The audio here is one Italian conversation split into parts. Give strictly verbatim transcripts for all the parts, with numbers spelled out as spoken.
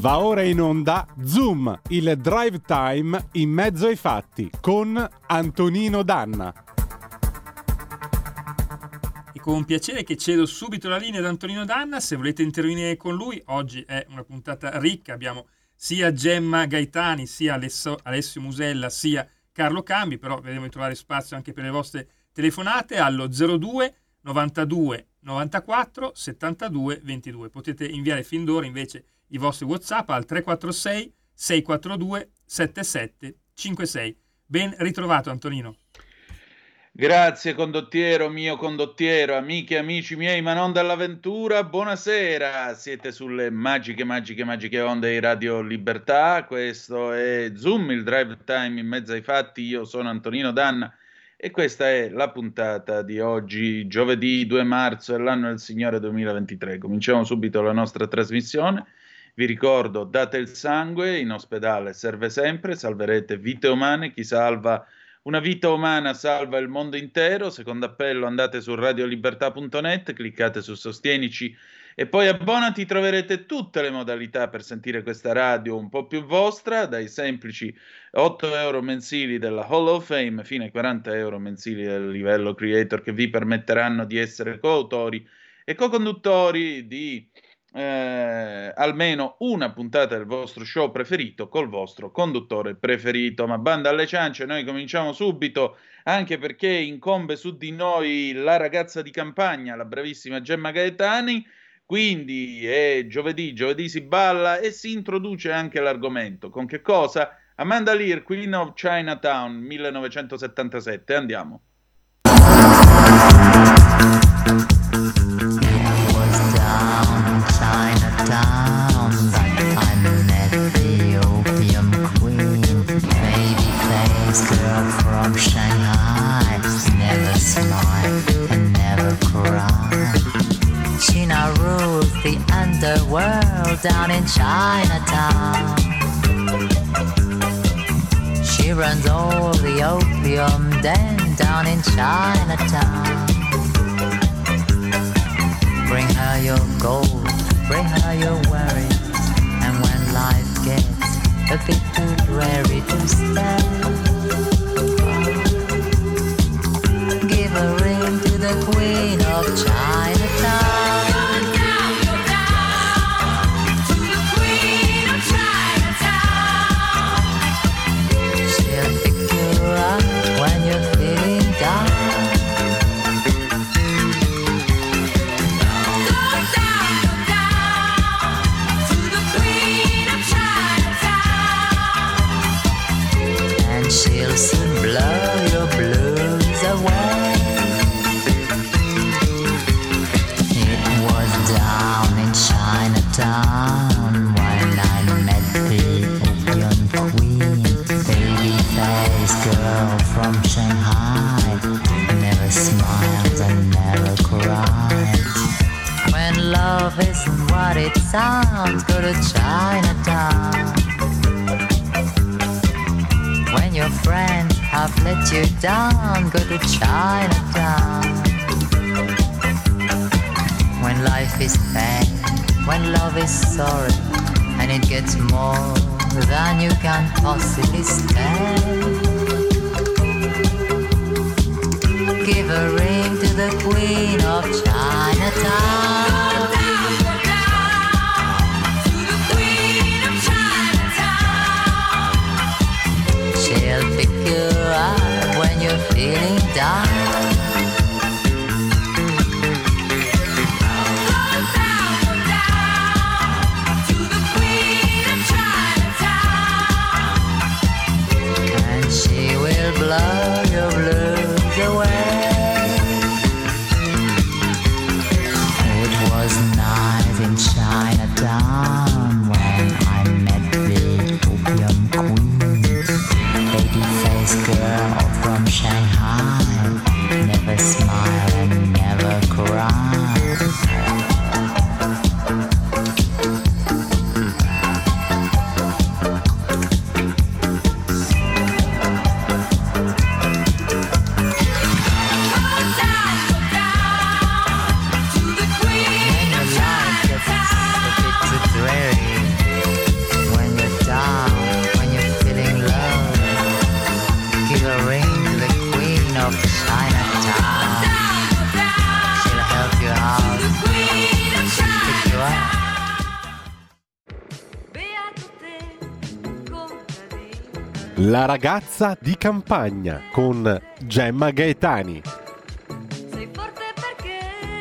Va ora in onda Zoom, il drive time in mezzo ai fatti con Antonino Danna. E con piacere che cedo subito la linea ad Antonino Danna. Se volete intervenire con lui, oggi è una puntata ricca, abbiamo sia Gemma Gaetani, sia Alessio, Alessio Musella, sia Carlo Cambi, però vedremo di trovare spazio anche per le vostre telefonate allo zero due novantadue novantaquattro settantadue ventidue. Potete inviare fin d'ora invece i vostri WhatsApp al tre quattro sei sei quattro due sette sette cinque sei. Ben ritrovato Antonino. Grazie condottiero, mio condottiero, amiche e amici miei, ma non dall'avventura, buonasera, siete sulle magiche, magiche, magiche onde di Radio Libertà, questo è Zoom, il drive time in mezzo ai fatti, io sono Antonino Danna e questa è la puntata di oggi, giovedì due marzo dell'anno del Signore duemilaventitré. Cominciamo subito la nostra trasmissione. Vi ricordo, date il sangue, in ospedale serve sempre, salverete vite umane, chi salva una vita umana salva il mondo intero. Secondo appello, andate su radiolibertà punto net, cliccate su Sostienici e poi abbonati, troverete tutte le modalità per sentire questa radio un po' più vostra, dai semplici otto euro mensili della Hall of Fame fino ai quaranta euro mensili del livello creator, che vi permetteranno di essere coautori e co-conduttori di Eh, almeno una puntata del vostro show preferito col vostro conduttore preferito. Ma banda alle ciance, noi cominciamo subito, anche perché incombe su di noi la ragazza di campagna, la bravissima Gemma Gaetani. Quindi è giovedì, giovedì si balla e si introduce anche l'argomento. Con che cosa? Amanda Lear, Queen of Chinatown, millenovecentosettantasette. Andiamo. Chinatown, that I met the opium queen, baby face girl from Shanghai, never smile and never cry. She now rules the underworld down in Chinatown. She runs all the opium den down in Chinatown. Bring her your gold, bring her your worries, and when life gets a bit too dreary to stand, give a ring to the Queen of Chinatown. Go down, go down to the Queen of Chinatown. She'll pick you up when you're feeling down. She'll soon blow your blues away. It was down in Chinatown when I met the opium queen, baby face girl from Shanghai, never smiled and never cried. When love isn't what it sounds, go to Chinatown. When your friends have let you down, go to Chinatown. When life is pain, when love is sorry, and it gets more than you can possibly stand, give a ring to the Queen of Chinatown. She'll pick you up when you're feeling down. Go down, go down to the Queen of Chinatown, and she will blow your blues away. It was night in Chinatown when I met the opium queen, baby face girl from Shanghai, never smile and never cry. When your life gets a bit too dreary, La ragazza di campagna con Gemma Gaetani. Sei forte perché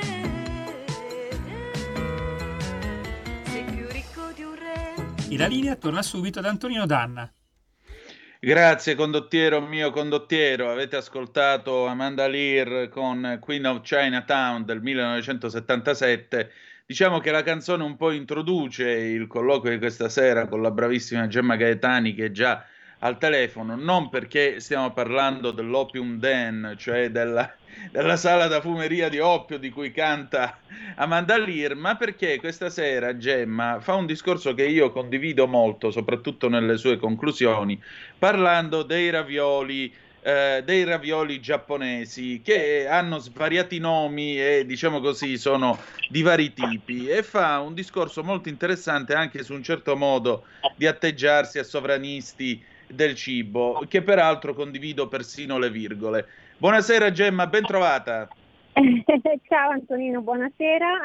sei più ricco di un re. E la linea torna subito ad Antonino Danna. Grazie condottiero, mio condottiero. Avete ascoltato Amanda Lear con Queen of Chinatown del millenovecentosettantasette. Diciamo che la canzone un po' introduce il colloquio di questa sera con la bravissima Gemma Gaetani, che è già al telefono, non perché stiamo parlando dell'Opium Den, cioè della, della sala da fumeria di oppio di cui canta Amanda Lear, ma perché questa sera Gemma fa un discorso che io condivido molto, soprattutto nelle sue conclusioni, parlando dei ravioli, eh, dei ravioli giapponesi che hanno svariati nomi e diciamo così sono di vari tipi, e fa un discorso molto interessante anche su un certo modo di atteggiarsi a sovranisti del cibo, che peraltro condivido persino le virgole. Buonasera Gemma, ben trovata. Ciao Antonino, buonasera.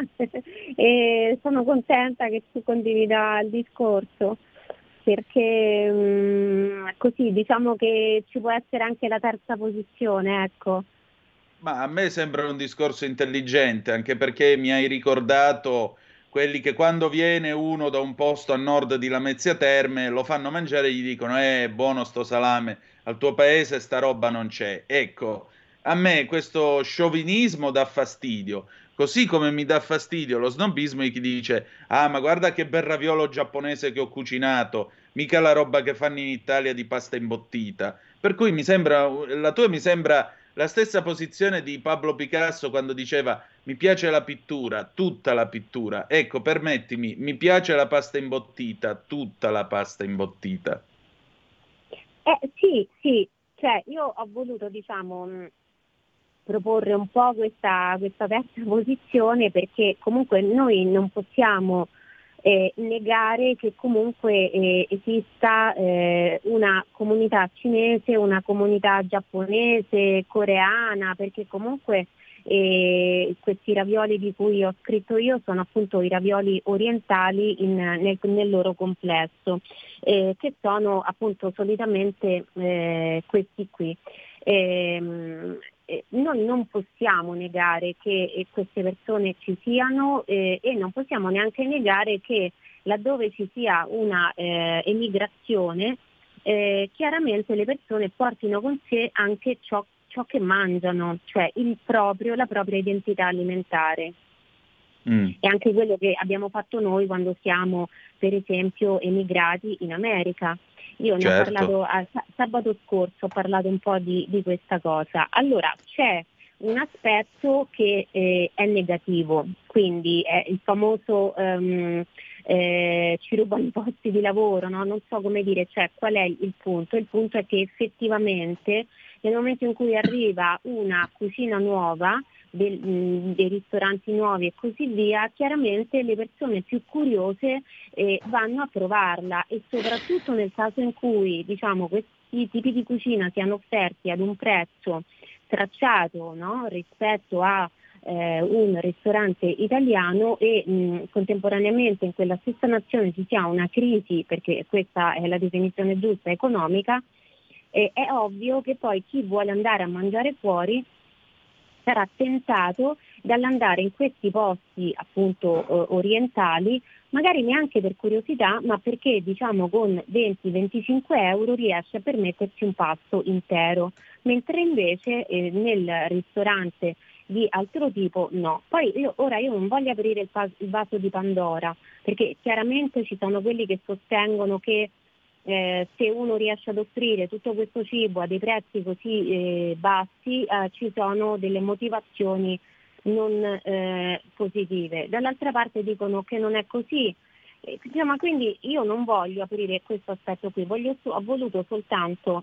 E sono contenta che tu condivida il discorso, perché mh, così diciamo che ci può essere anche la terza posizione, ecco. Ma a me sembra un discorso intelligente, anche perché mi hai ricordato quelli che quando viene uno da un posto a nord di Lamezia Terme lo fanno mangiare e gli dicono eh, buono sto salame, al tuo paese sta roba non c'è. Ecco, a me questo sciovinismo dà fastidio, così come mi dà fastidio lo snobismo di chi dice ah, ma guarda che bel raviolo giapponese che ho cucinato, mica la roba che fanno in Italia di pasta imbottita. Per cui mi sembra, la tua mi sembra la stessa posizione di Pablo Picasso quando diceva mi piace la pittura, tutta la pittura. Ecco, permettimi, mi piace la pasta imbottita, tutta la pasta imbottita. Eh sì, sì, cioè io ho voluto diciamo mh, proporre un po' questa, questa terza posizione, perché comunque noi non possiamo eh, negare che comunque eh, esista eh, una comunità cinese, una comunità giapponese, coreana, perché comunque eh, questi ravioli di cui ho scritto io sono appunto i ravioli orientali in- nel, nel loro complesso, eh, che sono appunto solitamente eh, questi qui. Ehm, eh, noi non possiamo negare che eh, queste persone ci siano eh, e non possiamo neanche negare che laddove ci sia una eh, emigrazione, eh, chiaramente le persone portino con sé anche ciò, ciò che mangiano, cioè il proprio, la propria identità alimentare. Mm. È anche quello che abbiamo fatto noi quando siamo, per esempio, emigrati in America. Io ne ho Certo. parlato a- sabato scorso, ho parlato un po' di, di questa cosa. Allora, c'è un aspetto che eh, è negativo, quindi è il famoso ehm, eh, ci rubano i posti di lavoro, no? Non so come dire, cioè qual è il punto? Il punto è che effettivamente nel momento in cui arriva una cucina nuova, del- mh, dei ristoranti nuovi e così via, chiaramente le persone più curiose eh, vanno a provarla, e soprattutto nel caso in cui diciamo questi tipi di cucina siano offerti ad un prezzo tracciato, no? Rispetto a eh, un ristorante italiano e mh, contemporaneamente in quella stessa nazione ci sia una crisi, perché questa è la definizione giusta, economica, eh, è ovvio che poi chi vuole andare a mangiare fuori sarà tentato dall'andare in questi posti appunto eh, orientali, magari neanche per curiosità, ma perché diciamo con venti venticinque euro riesce a permettersi un pasto intero, mentre invece eh, nel ristorante di altro tipo no. Poi io, ora io non voglio aprire il, pas- il vaso di Pandora, perché chiaramente ci sono quelli che sostengono che eh, se uno riesce ad offrire tutto questo cibo a dei prezzi così eh, bassi, eh, ci sono delle motivazioni non eh, positive. Dall'altra parte dicono che non è così. Eh, ma quindi io non voglio aprire questo aspetto qui, voglio, ho voluto soltanto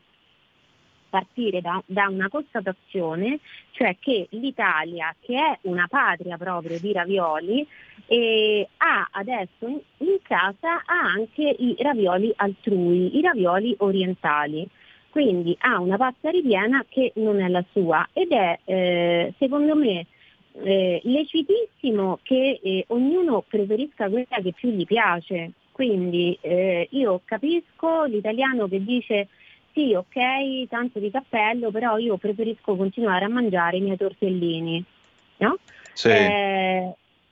partire da, da una constatazione, cioè che l'Italia, che è una patria proprio di ravioli, eh, ha adesso in, in casa ha anche i ravioli altrui, i ravioli orientali. Quindi ha una pasta ripiena che non è la sua, ed è eh, secondo me eh, lecitissimo che eh, ognuno preferisca quella che più gli piace. Quindi eh, io capisco l'italiano che dice sì, ok, tanto di cappello, però io preferisco continuare a mangiare i miei tortellini, no? Sì. Eh,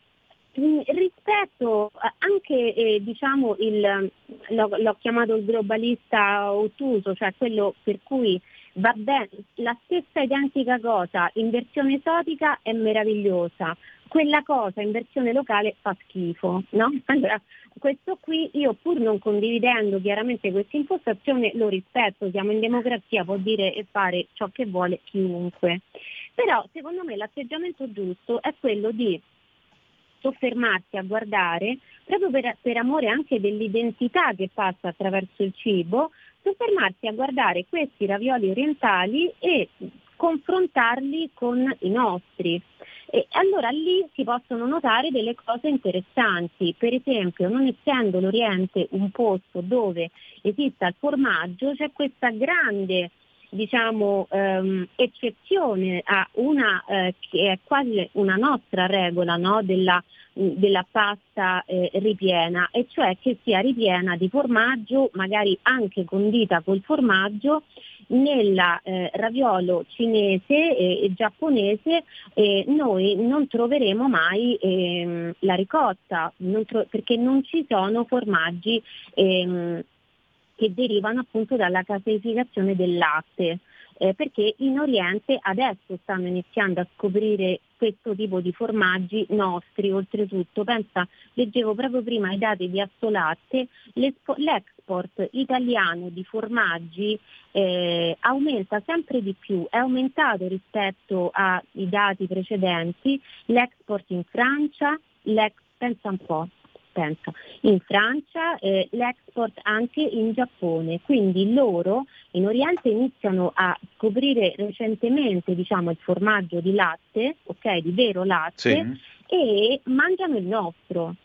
mh, rispetto a- anche, eh, diciamo, il, l'ho, l'ho chiamato il globalista ottuso, cioè quello per cui va bene, la stessa identica cosa in versione esotica è meravigliosa, quella cosa in versione locale fa schifo, no? Allora, questo qui io, pur non condividendo chiaramente questa impostazione, lo rispetto, siamo in democrazia, può dire e fare ciò che vuole chiunque. Però secondo me l'atteggiamento giusto è quello di soffermarsi a guardare, proprio per, per amore anche dell'identità che passa attraverso il cibo, soffermarsi a guardare questi ravioli orientali e confrontarli con i nostri. E allora lì si possono notare delle cose interessanti, per esempio, non essendo l'Oriente un posto dove esista il formaggio, c'è questa grande, diciamo, ehm, eccezione a una eh, che è quasi una nostra regola, no? della, della pasta eh, ripiena, e cioè che sia ripiena di formaggio, magari anche condita col formaggio. Nella eh, raviolo cinese e, e giapponese eh, noi non troveremo mai ehm, la ricotta, non tro- perché non ci sono formaggi ehm, che derivano appunto dalla caseificazione del latte, eh, perché in Oriente adesso stanno iniziando a scoprire questo tipo di formaggi nostri. Oltretutto, pensa, leggevo proprio prima i dati di Assolatte, l'espo- l'export italiano di formaggi eh, aumenta sempre di più, è aumentato rispetto ai dati precedenti, l'export in Francia, l'ex- pensa un po', pensa, in Francia, eh, l'export anche in Giappone, quindi loro in Oriente iniziano a scoprire recentemente, diciamo, il formaggio di latte, ok, di vero latte, Sì. e mangiano il nostro.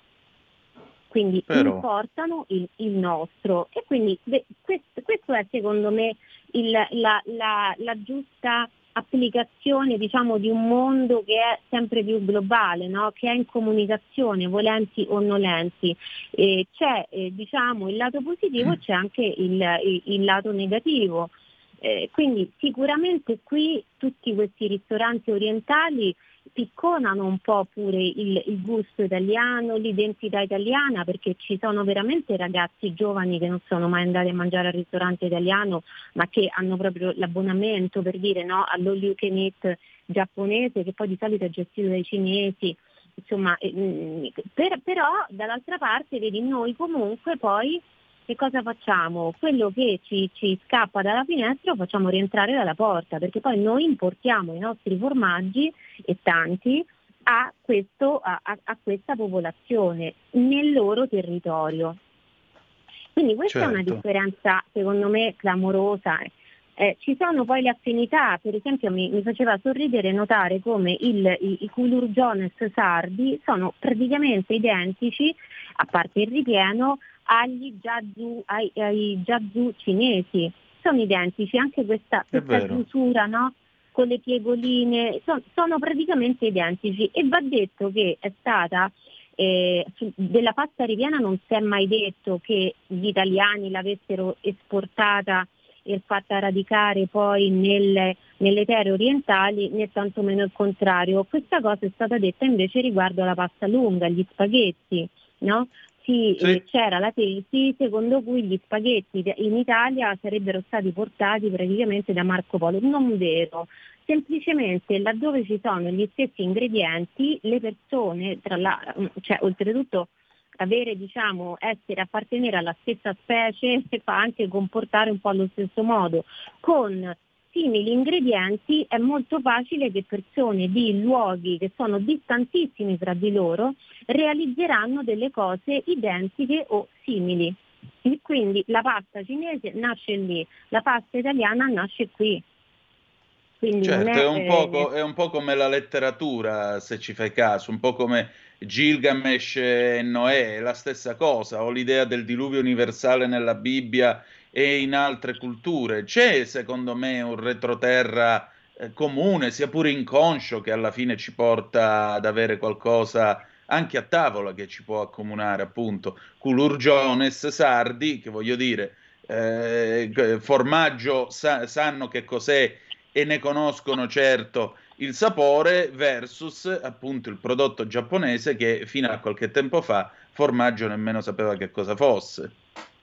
Quindi Però. importano il, il nostro, e quindi beh, questo, questo è secondo me il- la, la- la giusta applicazione, diciamo, di un mondo che è sempre più globale, no? Che è in comunicazione, volenti o nolenti. E c'è eh, diciamo il lato positivo, c'è anche il, il- il lato negativo. Eh, quindi sicuramente qui tutti questi ristoranti orientali picconano un po' pure il, il gusto italiano, l'identità italiana, perché ci sono veramente ragazzi giovani che non sono mai andati a mangiare al ristorante italiano, ma che hanno proprio l'abbonamento, per dire, no, all'all you can eat giapponese, che poi di solito è gestito dai cinesi. Insomma, eh, mm, per- però dall'altra parte vedi, noi comunque poi che cosa facciamo? Quello che ci, ci scappa dalla finestra lo facciamo rientrare dalla porta, perché poi noi importiamo i nostri formaggi, e tanti, a, questo, a, a- a questa popolazione nel loro territorio. Quindi questa è una Certo. differenza secondo me clamorosa. Eh, ci sono poi le affinità, per esempio mi, mi faceva sorridere notare come il, i, i culurgiones sardi sono praticamente identici, a parte il ripieno, agli jiazhu, ai, ai jiazhu cinesi. Sono identici, anche questa, È questa vero. chiusura, no? Con le piegoline, son- sono praticamente identici, e va detto che è stata eh, su- della pasta ripiena non si è mai detto che gli italiani l'avessero esportata e fatta radicare poi nelle, nelle terre orientali, né tantomeno il contrario. Questa cosa è stata detta invece riguardo alla pasta lunga, gli spaghetti, no? Sì, Sì. eh, c'era la tesi secondo cui gli spaghetti de- in Italia sarebbero stati portati praticamente da Marco Polo. Non vero, semplicemente laddove ci sono gli stessi ingredienti, le persone, tra la, cioè oltretutto avere, diciamo, essere, appartenere alla stessa specie fa anche comportare un po' allo stesso modo. Con simili ingredienti è molto facile che persone di luoghi che sono distantissimi tra di loro realizzeranno delle cose identiche o simili. E quindi la pasta cinese nasce lì, la pasta italiana nasce qui. Quindi non Certo, è... è un eh, poco, è un po' come la letteratura, se ci fai caso, un po' come Gilgamesh e Noè, è la stessa cosa, o l'idea del diluvio universale nella Bibbia e in altre culture. C'è, secondo me, un retroterra eh, comune, sia pure inconscio, che alla fine ci porta ad avere qualcosa anche a tavola che ci può accomunare, appunto. Culur Jones, Sardi, che voglio dire eh, formaggio sa- sanno che cos'è e ne conoscono certo il sapore, versus appunto il prodotto giapponese che fino a qualche tempo fa formaggio nemmeno sapeva che cosa fosse.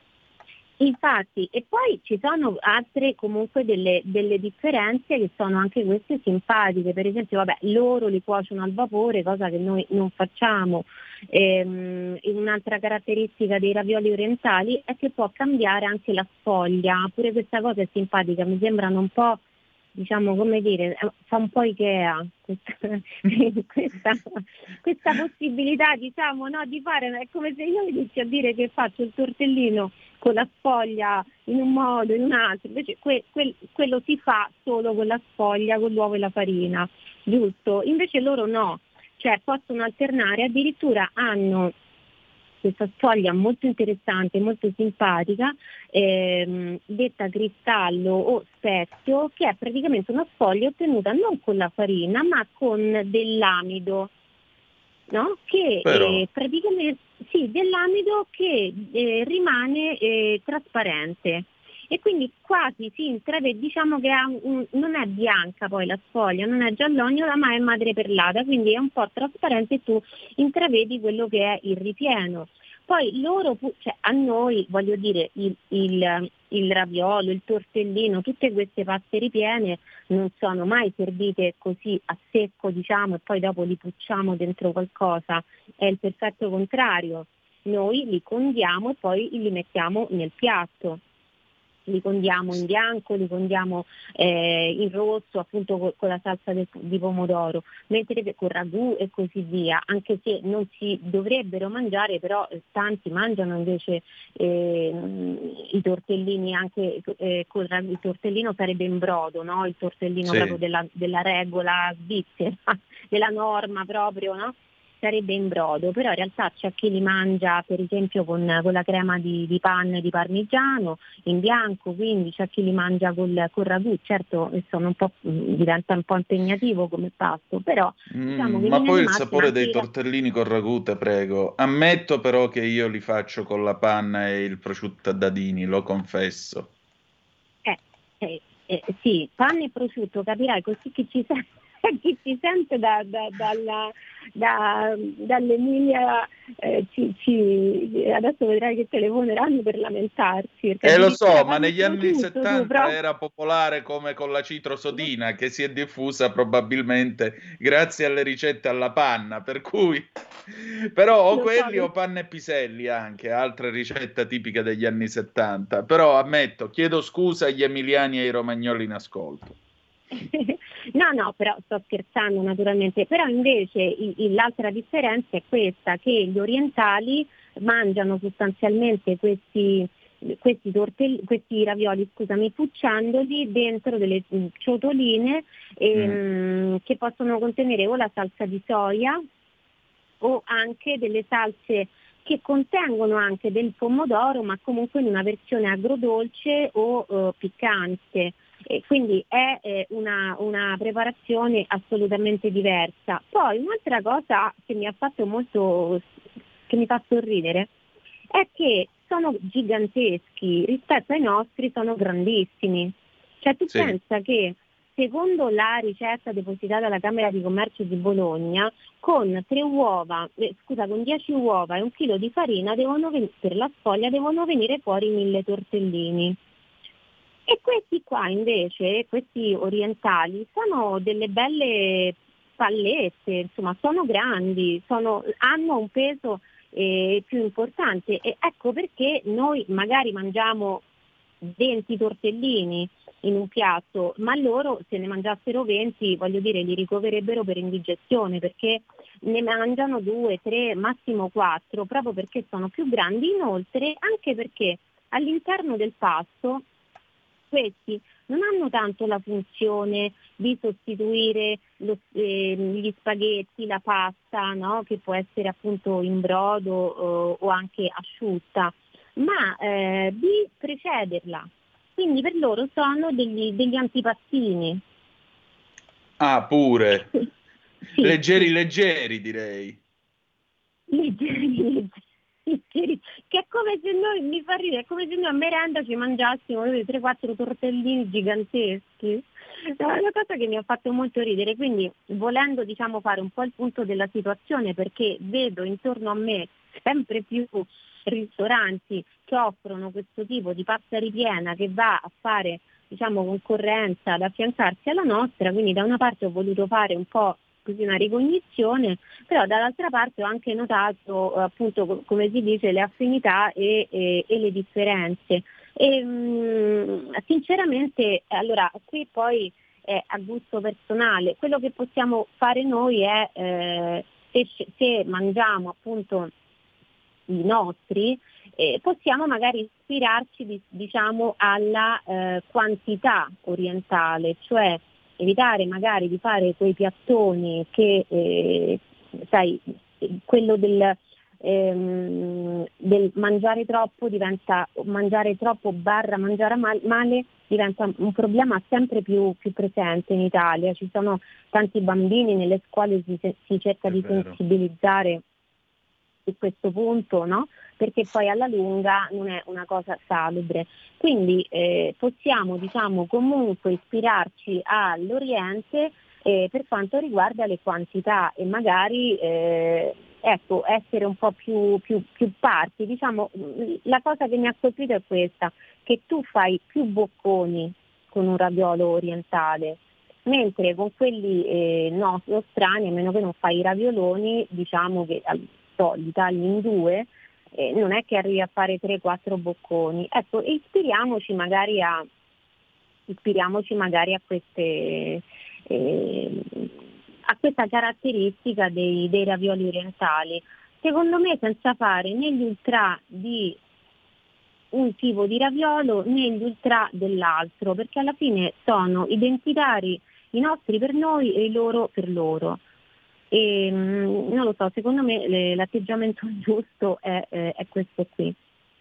Infatti, e poi ci sono altre comunque delle, delle differenze che sono anche queste simpatiche, per esempio vabbè, loro li cuociono al vapore, cosa che noi non facciamo. Ehm, un'altra caratteristica dei ravioli orientali è che può cambiare anche la sfoglia, pure questa cosa è simpatica, mi sembrano un po', diciamo, come dire, eh, fa un po' Ikea questa, questa, questa possibilità, diciamo, no, di fare, è come se io inizi a dire che faccio il tortellino con la sfoglia in un modo, in un altro, invece que- quel- quello si fa solo con la sfoglia, con l'uovo e la farina, giusto? Invece loro no, cioè possono alternare, addirittura hanno questa sfoglia molto interessante, molto simpatica, ehm, detta cristallo o spezio, che è praticamente una sfoglia ottenuta non con la farina ma con dell'amido, no? Che Però, eh, praticamente sì, dell'amido che eh, rimane eh, trasparente e quindi quasi si intravede, diciamo che ha un- non è bianca poi la sfoglia, non è giallognola ma è madreperlata, quindi è un po' trasparente e tu intravedi quello che è il ripieno. Poi loro, pu- cioè, a noi, voglio dire, il, il, il raviolo, il tortellino, tutte queste paste ripiene non sono mai servite così a secco, diciamo, e poi dopo li pucciamo dentro qualcosa, è il perfetto contrario. Noi li condiamo e poi li mettiamo nel piatto. Li condiamo in bianco, li condiamo eh, in rosso, appunto co- con la salsa del- di pomodoro, mentre che con ragù e così via, anche se non si dovrebbero mangiare, però eh, tanti mangiano invece eh, i tortellini anche eh, con ragù. Il tortellino sarebbe in brodo, no? Il tortellino proprio sì. della, della regola svizzera, della norma proprio, no? Sarebbe in brodo, però in realtà c'è chi li mangia per esempio con, con la crema di, di panna e di parmigiano in bianco, quindi c'è chi li mangia col, col ragù, certo eh, sono un po', mh, diventa un po' impegnativo come pasto, però diciamo Mm, che in ma linea poi di il massima sapore anche dei i ra- tortellini con ragù, te prego. Ammetto però che io li faccio con la panna e il prosciutto a dadini, lo confesso. Eh, eh, eh, sì, panna e prosciutto, capirai, così chi ci sente, chi ci sente da- da- dalla- da- dall'Emilia, eh, ci- ci- adesso vedrai che telefoneranno per lamentarsi, perché E lo addirittura so, ma panna e negli anni prosciutto tu settanta proprio. era popolare come con la citrosodina, che si è diffusa probabilmente grazie alle ricette alla panna, per cui... Però o Lo so, quelli o panna e piselli anche, altre ricette tipiche degli anni settanta. Però ammetto, chiedo scusa agli emiliani e ai romagnoli in ascolto. no, no, però sto scherzando naturalmente, però invece i- i- l'altra differenza è questa, che gli orientali mangiano sostanzialmente questi, questi, tortelli- questi ravioli, scusami, pucciandoli dentro delle mm, ciotoline Mm, ehm, che possono contenere o la salsa di soia o anche delle salse che contengono anche del pomodoro, ma comunque in una versione agrodolce o eh, piccante. E quindi è eh, una, una preparazione assolutamente diversa. Poi un'altra cosa che mi ha fatto molto, che mi fa sorridere, è che sono giganteschi, rispetto ai nostri sono grandissimi. Cioè tu sì. pensa che secondo la ricetta depositata alla Camera di Commercio di Bologna, con tre uova, eh, scusa, con dieci uova e un chilo di farina devono ven- per la sfoglia devono venire fuori mille tortellini. E questi qua invece, questi orientali, sono delle belle pallette, insomma, sono grandi, sono- hanno un peso eh, più importante e ecco perché noi magari mangiamo venti tortellini in un piatto, ma loro se ne mangiassero venti, voglio dire, li ricoverebbero per indigestione perché ne mangiano due, tre, massimo quattro, proprio perché sono più grandi, inoltre anche perché all'interno del pasto questi non hanno tanto la funzione di sostituire lo- ehm, gli spaghetti, la pasta, no? Che può essere appunto in brodo eh, o anche asciutta, ma eh, di precederla. Quindi per loro sono degli, degli antipastini. Ah, pure. Sì, Leggeri, sì, leggeri, direi. leggeri, leggeri. che è come se noi, mi fa ridere, è come se noi a merenda ci mangiassimo tre quattro tortellini giganteschi. No, è una cosa che mi ha fatto molto ridere, quindi volendo diciamo fare un po' il punto della situazione, perché vedo intorno a me sempre più ristoranti che offrono questo tipo di pasta ripiena che va a fare diciamo concorrenza, ad affiancarsi alla nostra, quindi da una parte ho voluto fare un po' così una ricognizione, però dall'altra parte ho anche notato eh, appunto co- come si dice le affinità e, e- e le differenze. E, mh, sinceramente allora qui poi è a gusto personale, quello che possiamo fare noi è eh, se, se mangiamo appunto i nostri, eh, possiamo magari ispirarci di- diciamo alla eh, quantità orientale, cioè evitare magari di fare quei piattoni che eh, sai, quello del, ehm, del mangiare troppo diventa mangiare troppo barra mangiare mal- male diventa un problema sempre più, più presente in Italia. Ci sono tanti bambini nelle scuole, si, si cerca È di vero. sensibilizzare su questo punto, no? Perché poi alla lunga non è una cosa salubre. Quindi eh, possiamo diciamo comunque ispirarci all'Oriente eh, per quanto riguarda le quantità e magari eh, ecco, essere un po' più, più, più parti. Diciamo, mh, la cosa che mi ha colpito è questa, che tu fai più bocconi con un raviolo orientale, mentre con quelli eh, no, nostrani, a meno che non fai i ravioloni, diciamo che al- so, li tagli in due, eh, non è che arrivi a fare tre quattro bocconi. Ecco, ispiriamoci magari a ispiriamoci magari a queste eh, a questa caratteristica dei, dei ravioli orientali. Secondo me senza fare né gli ultra di un tipo di raviolo né gli ultra dell'altro, perché alla fine sono identitari i nostri per noi e i loro per loro. E mm, non lo so, secondo me le- l'atteggiamento giusto è, è- è questo qui.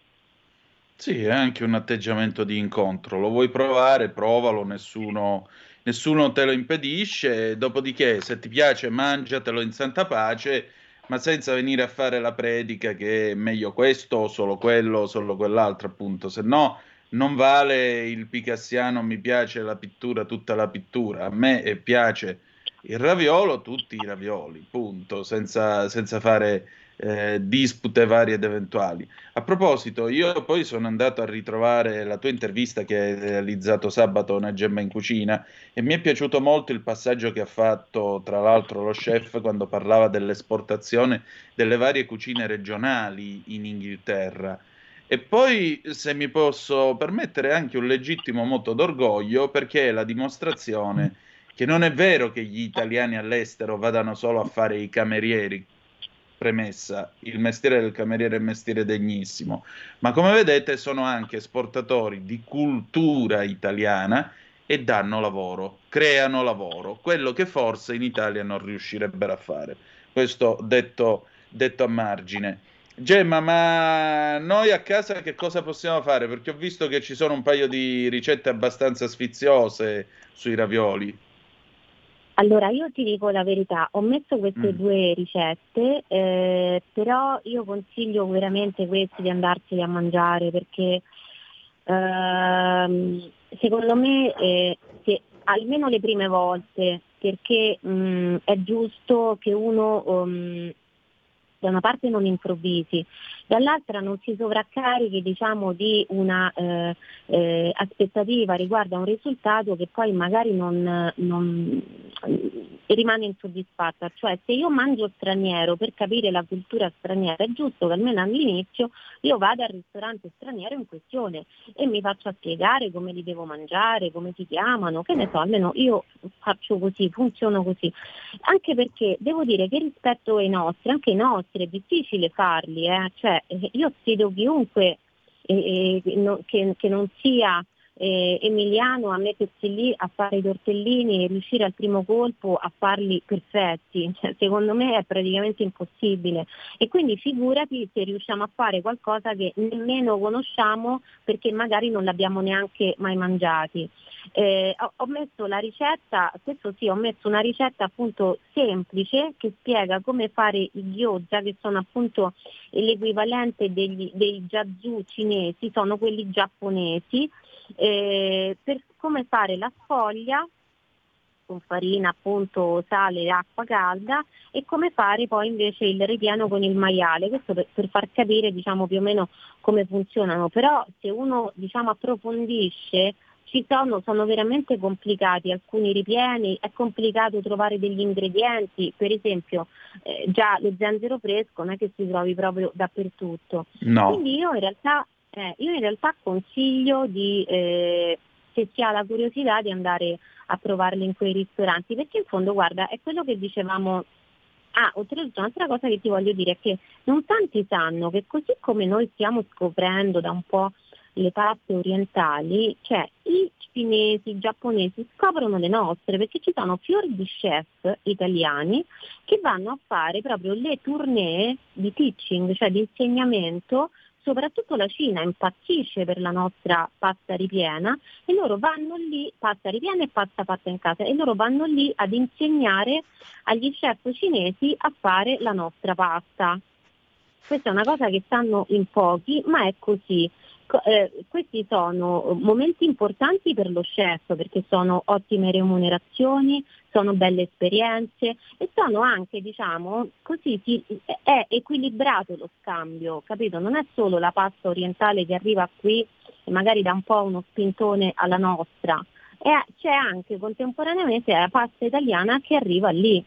Sì, è anche un atteggiamento di incontro. Lo vuoi provare? Provalo, nessuno, nessuno te lo impedisce. Dopodiché, se ti piace, mangiatelo in santa pace, ma senza venire a fare la predica che è meglio questo o solo quello o solo quell'altro, appunto. Se no, non vale il picassiano, mi piace la pittura, tutta la pittura. A me eh, piace il raviolo, tutti i ravioli, punto, senza, senza fare eh, dispute varie ed eventuali. A proposito, io poi sono andato a ritrovare la tua intervista che hai realizzato sabato a Una Gemma in Cucina e mi è piaciuto molto il passaggio che ha fatto, tra l'altro, lo chef quando parlava dell'esportazione delle varie cucine regionali in Inghilterra. E poi, se mi posso permettere, anche un legittimo moto d'orgoglio perché è la dimostrazione che non è vero che gli italiani all'estero vadano solo a fare i camerieri. Premessa, il mestiere del cameriere è un mestiere degnissimo, ma come vedete sono anche esportatori di cultura italiana e danno lavoro, creano lavoro, quello che forse in Italia non riuscirebbero a fare. Questo detto, detto a margine. Gemma, ma noi a casa che cosa possiamo fare? Perché ho visto che ci sono un paio di ricette abbastanza sfiziose sui ravioli. Allora, io ti dico la verità, ho messo queste Mm. due ricette, eh, però io consiglio veramente questi di andarseli a mangiare perché ehm, secondo me eh, se- almeno le prime volte, perché mh, è giusto che uno um, da una parte non improvvisi, dall'altra non si sovraccarichi diciamo di una eh, eh, aspettativa riguardo a un risultato che poi magari non, non rimane insoddisfatta. Cioè se io mangio straniero per capire la cultura straniera è giusto che almeno all'inizio io vada al ristorante straniero in questione e mi faccia spiegare come li devo mangiare, come si chiamano, che ne so, almeno io faccio così, funziono così. Anche perché devo dire che rispetto ai nostri, anche i nostri è difficile farli, eh? Cioè, eh, io sfido chiunque eh, eh, no- che, che non sia eh, Emiliano a mettersi lì a fare i tortellini e riuscire al primo colpo a farli perfetti, cioè, secondo me è praticamente impossibile, e quindi figurati se riusciamo a fare qualcosa che nemmeno conosciamo perché magari non l'abbiamo neanche mai mangiati. Eh, ho, ho messo la ricetta, questo sì, ho messo una ricetta appunto semplice che spiega come fare i gyoza, che sono appunto l'equivalente degli, dei jiazu cinesi, sono quelli giapponesi, eh, per come fare la sfoglia con farina, appunto, sale e acqua calda, e come fare poi invece il ripieno con il maiale, questo per, per far capire diciamo più o meno come funzionano. Però se uno diciamo approfondisce, ci sono, sono veramente complicati alcuni ripieni, è complicato trovare degli ingredienti, per esempio eh, già lo zenzero fresco non è che si trovi proprio dappertutto. No. Quindi io in realtà eh, io in realtà consiglio di eh, se si ha la curiosità di andare a provarli in quei ristoranti, perché in fondo guarda è quello che dicevamo. Ah, oltretutto un'altra cosa che ti voglio dire è che non tanti sanno che così come noi stiamo scoprendo da un po' le paste orientali, cioè i cinesi, i giapponesi scoprono le nostre, perché ci sono fior di chef italiani che vanno a fare proprio le tournée di teaching, cioè di insegnamento. Soprattutto la Cina impazzisce per la nostra pasta ripiena e loro vanno lì, pasta ripiena e pasta fatta in casa, e loro vanno lì ad insegnare agli chef cinesi a fare la nostra pasta. Questa è una cosa che sanno in pochi, ma è così. Co- eh, questi sono momenti importanti per lo chef perché sono ottime remunerazioni, sono belle esperienze e sono anche, diciamo, così si, è equilibrato lo scambio, capito? Non è solo la pasta orientale che arriva qui e magari dà un po' uno spintone alla nostra, e c'è anche contemporaneamente la pasta italiana che arriva lì.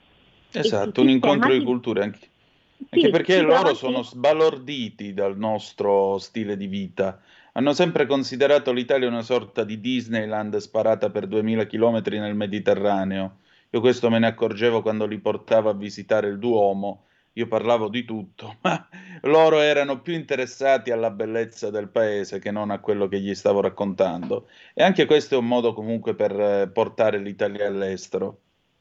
Esatto, E un il incontro sistema di di- culture, anche, anche Sì, perché si trova loro anche- sono sbalorditi dal nostro stile di vita. Hanno sempre considerato l'Italia una sorta di Disneyland sparata per duemila chilometri nel Mediterraneo. Io questo me ne accorgevo quando li portavo a visitare il Duomo. Io parlavo di tutto, ma loro erano più interessati alla bellezza del paese che non a quello che gli stavo raccontando. E anche questo è un modo comunque per eh, portare l'Italia all'estero.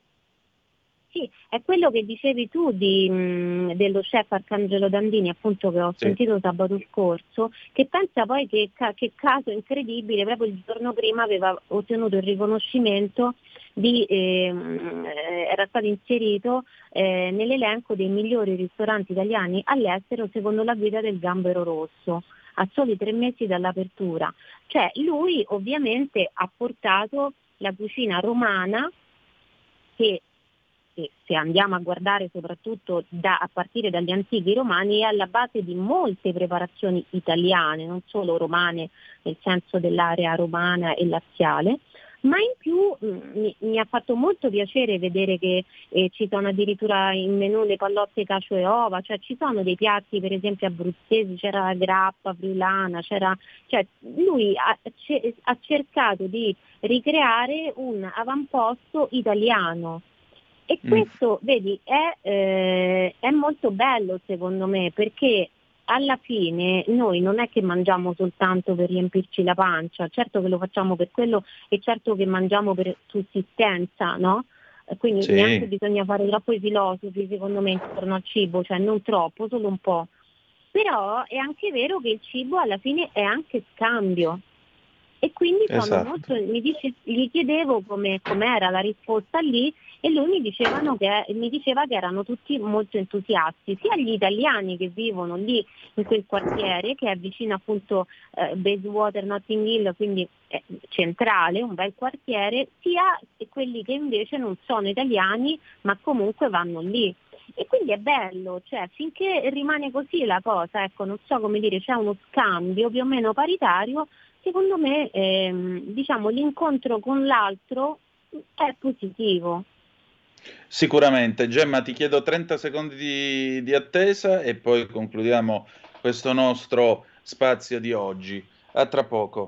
Sì, è quello che dicevi tu di, mh, dello chef Arcangelo Dandini, appunto, che ho Sì. sentito sabato scorso, che pensa poi che, ca- che caso incredibile, proprio il giorno prima aveva ottenuto il riconoscimento di, ehm, eh, era stato inserito eh, nell'elenco dei migliori ristoranti italiani all'estero secondo la guida del Gambero Rosso, a soli tre mesi dall'apertura. Cioè lui ovviamente ha portato la cucina romana che, che se andiamo a guardare soprattutto da, a partire dagli antichi romani, è alla base di molte preparazioni italiane, non solo romane nel senso dell'area romana e laziale, ma in più mh, mi, mi ha fatto molto piacere vedere che eh, ci sono addirittura in menù le pallotte cacio e ova, cioè ci sono dei piatti per esempio abruzzesi, c'era la grappa friulana, c'era, cioè lui ha, ce- ha cercato di ricreare un avamposto italiano. E Mm. questo, vedi, è, eh, è molto bello secondo me, perché alla fine noi non è che mangiamo soltanto per riempirci la pancia, certo che lo facciamo per quello e certo che mangiamo per sussistenza, no? Eh, Quindi Sì. neanche bisogna fare troppo i filosofi secondo me intorno al cibo, cioè non troppo, solo un po'. Però è anche vero che il cibo alla fine è anche scambio. E quindi sono Esatto. molto, mi dice, gli chiedevo come com'era la risposta lì e lui mi, dicevano che, mi diceva che erano tutti molto entusiasti, sia gli italiani che vivono lì in quel quartiere che è vicino appunto eh, Bayswater, Notting Hill, quindi è centrale, un bel quartiere, sia quelli che invece non sono italiani ma comunque vanno lì. E quindi è bello, cioè finché rimane così la cosa, ecco, non so come dire, c'è uno scambio più o meno paritario. Secondo me ehm, diciamo l'incontro con l'altro è positivo. Sicuramente. Gemma, ti chiedo trenta secondi di, di attesa e poi concludiamo questo nostro spazio di oggi. A tra poco.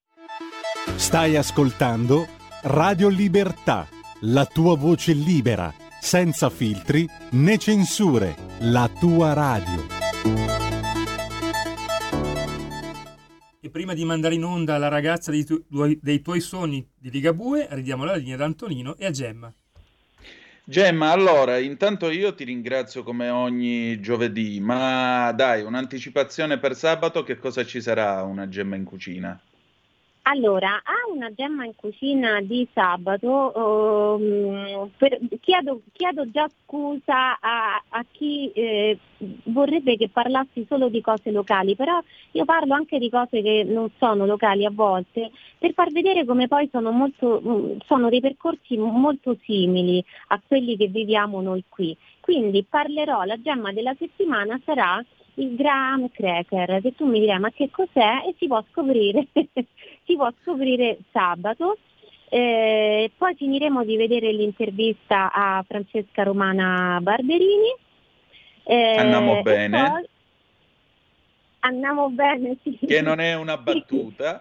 Stai ascoltando Radio Libertà, la tua voce libera, senza filtri né censure, la tua radio. E prima di mandare in onda la ragazza dei, tu- due- dei tuoi sogni di Ligabue, ridiamo la linea ad Antonino e a Gemma. Gemma, allora, intanto io ti ringrazio come ogni giovedì, ma dai, un'anticipazione per sabato, che cosa ci sarà una Gemma in cucina? Allora, ha una Gemma in cucina di sabato, ehm, per- chiedo, chiedo già scusa a, a chi eh, vorrebbe che parlassi solo di cose locali, però io parlo anche di cose che non sono locali a volte, per far vedere come poi sono, molto, mm, sono dei percorsi molto simili a quelli che viviamo noi qui. Quindi parlerò, la Gemma della settimana sarà il graham cracker, che tu mi dirai ma che cos'è, e si può scoprire, si può scoprire sabato. Eh, poi finiremo di vedere l'intervista a Francesca Romana Barberini. Eh, Andiamo e bene, poi andiamo bene, sì. che non è una battuta.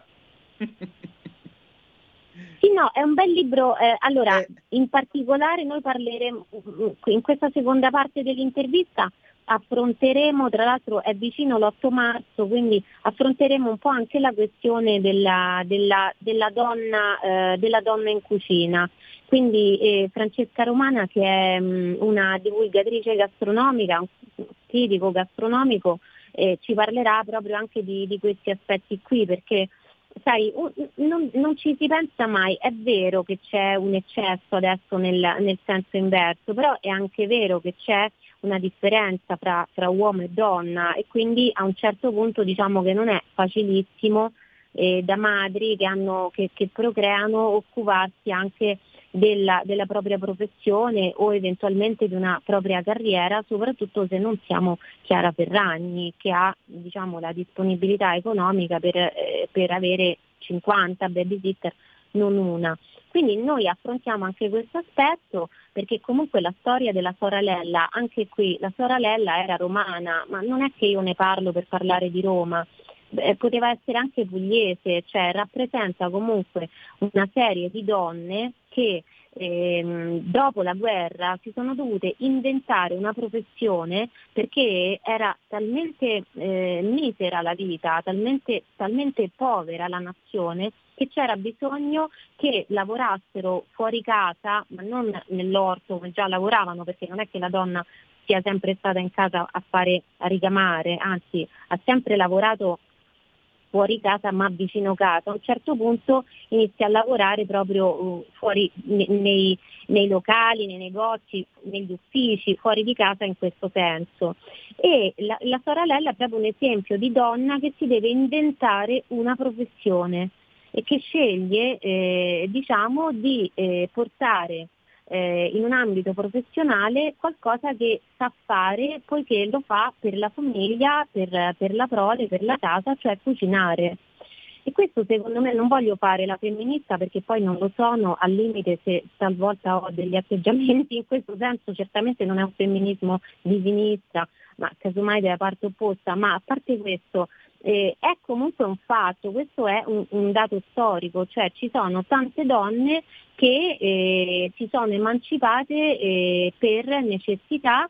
Sì, no, è un bel libro. Eh, allora, Eh, in particolare noi parleremo, in questa seconda parte dell'intervista, affronteremo, tra l'altro è vicino l'otto marzo, quindi affronteremo un po' anche la questione della, della, della, donna, eh, della donna in cucina. Quindi eh, Francesca Romana, che è mh, una divulgatrice gastronomica, un critico gastronomico, eh, ci parlerà proprio anche di, di questi aspetti qui, perché sai, un- non, non ci si pensa mai. È vero che c'è un eccesso adesso nel, nel senso inverso, però è anche vero che c'è una differenza fra, fra uomo e donna, e quindi a un certo punto diciamo che non è facilissimo eh, da madri che, hanno, che, che procreano occuparsi anche della, della propria professione o eventualmente di una propria carriera, soprattutto se non siamo Chiara Ferragni, che ha diciamo, la disponibilità economica per, eh, per avere cinquanta babysitter, non una. Quindi noi affrontiamo anche questo aspetto, perché comunque la storia della sorella, anche qui la sorella era romana, ma non è che io ne parlo per parlare di Roma, eh, poteva essere anche pugliese, cioè rappresenta comunque una serie di donne che ehm, dopo la guerra si sono dovute inventare una professione perché era talmente eh, misera la vita, talmente, talmente povera la nazione, che c'era bisogno che lavorassero fuori casa, ma non nell'orto come già lavoravano, perché non è che la donna sia sempre stata in casa a fare a ricamare, anzi ha sempre lavorato fuori casa ma vicino casa. A un certo punto inizia a lavorare proprio uh, fuori ne- nei, nei locali, nei negozi, negli uffici, fuori di casa in questo senso. E la, la sorella è proprio un esempio di donna che si deve inventare una professione e che sceglie eh, diciamo di eh, portare eh, in un ambito professionale qualcosa che sa fare, poiché lo fa per la famiglia, per, per la prole, per la casa, cioè cucinare. E questo secondo me, non voglio fare la femminista perché poi non lo sono, al limite se talvolta ho degli atteggiamenti in questo senso, certamente non è un femminismo di sinistra, ma casomai della parte opposta, ma a parte questo eh, è comunque un fatto, questo è un, un dato storico, cioè ci sono tante donne che eh, si sono emancipate eh, per necessità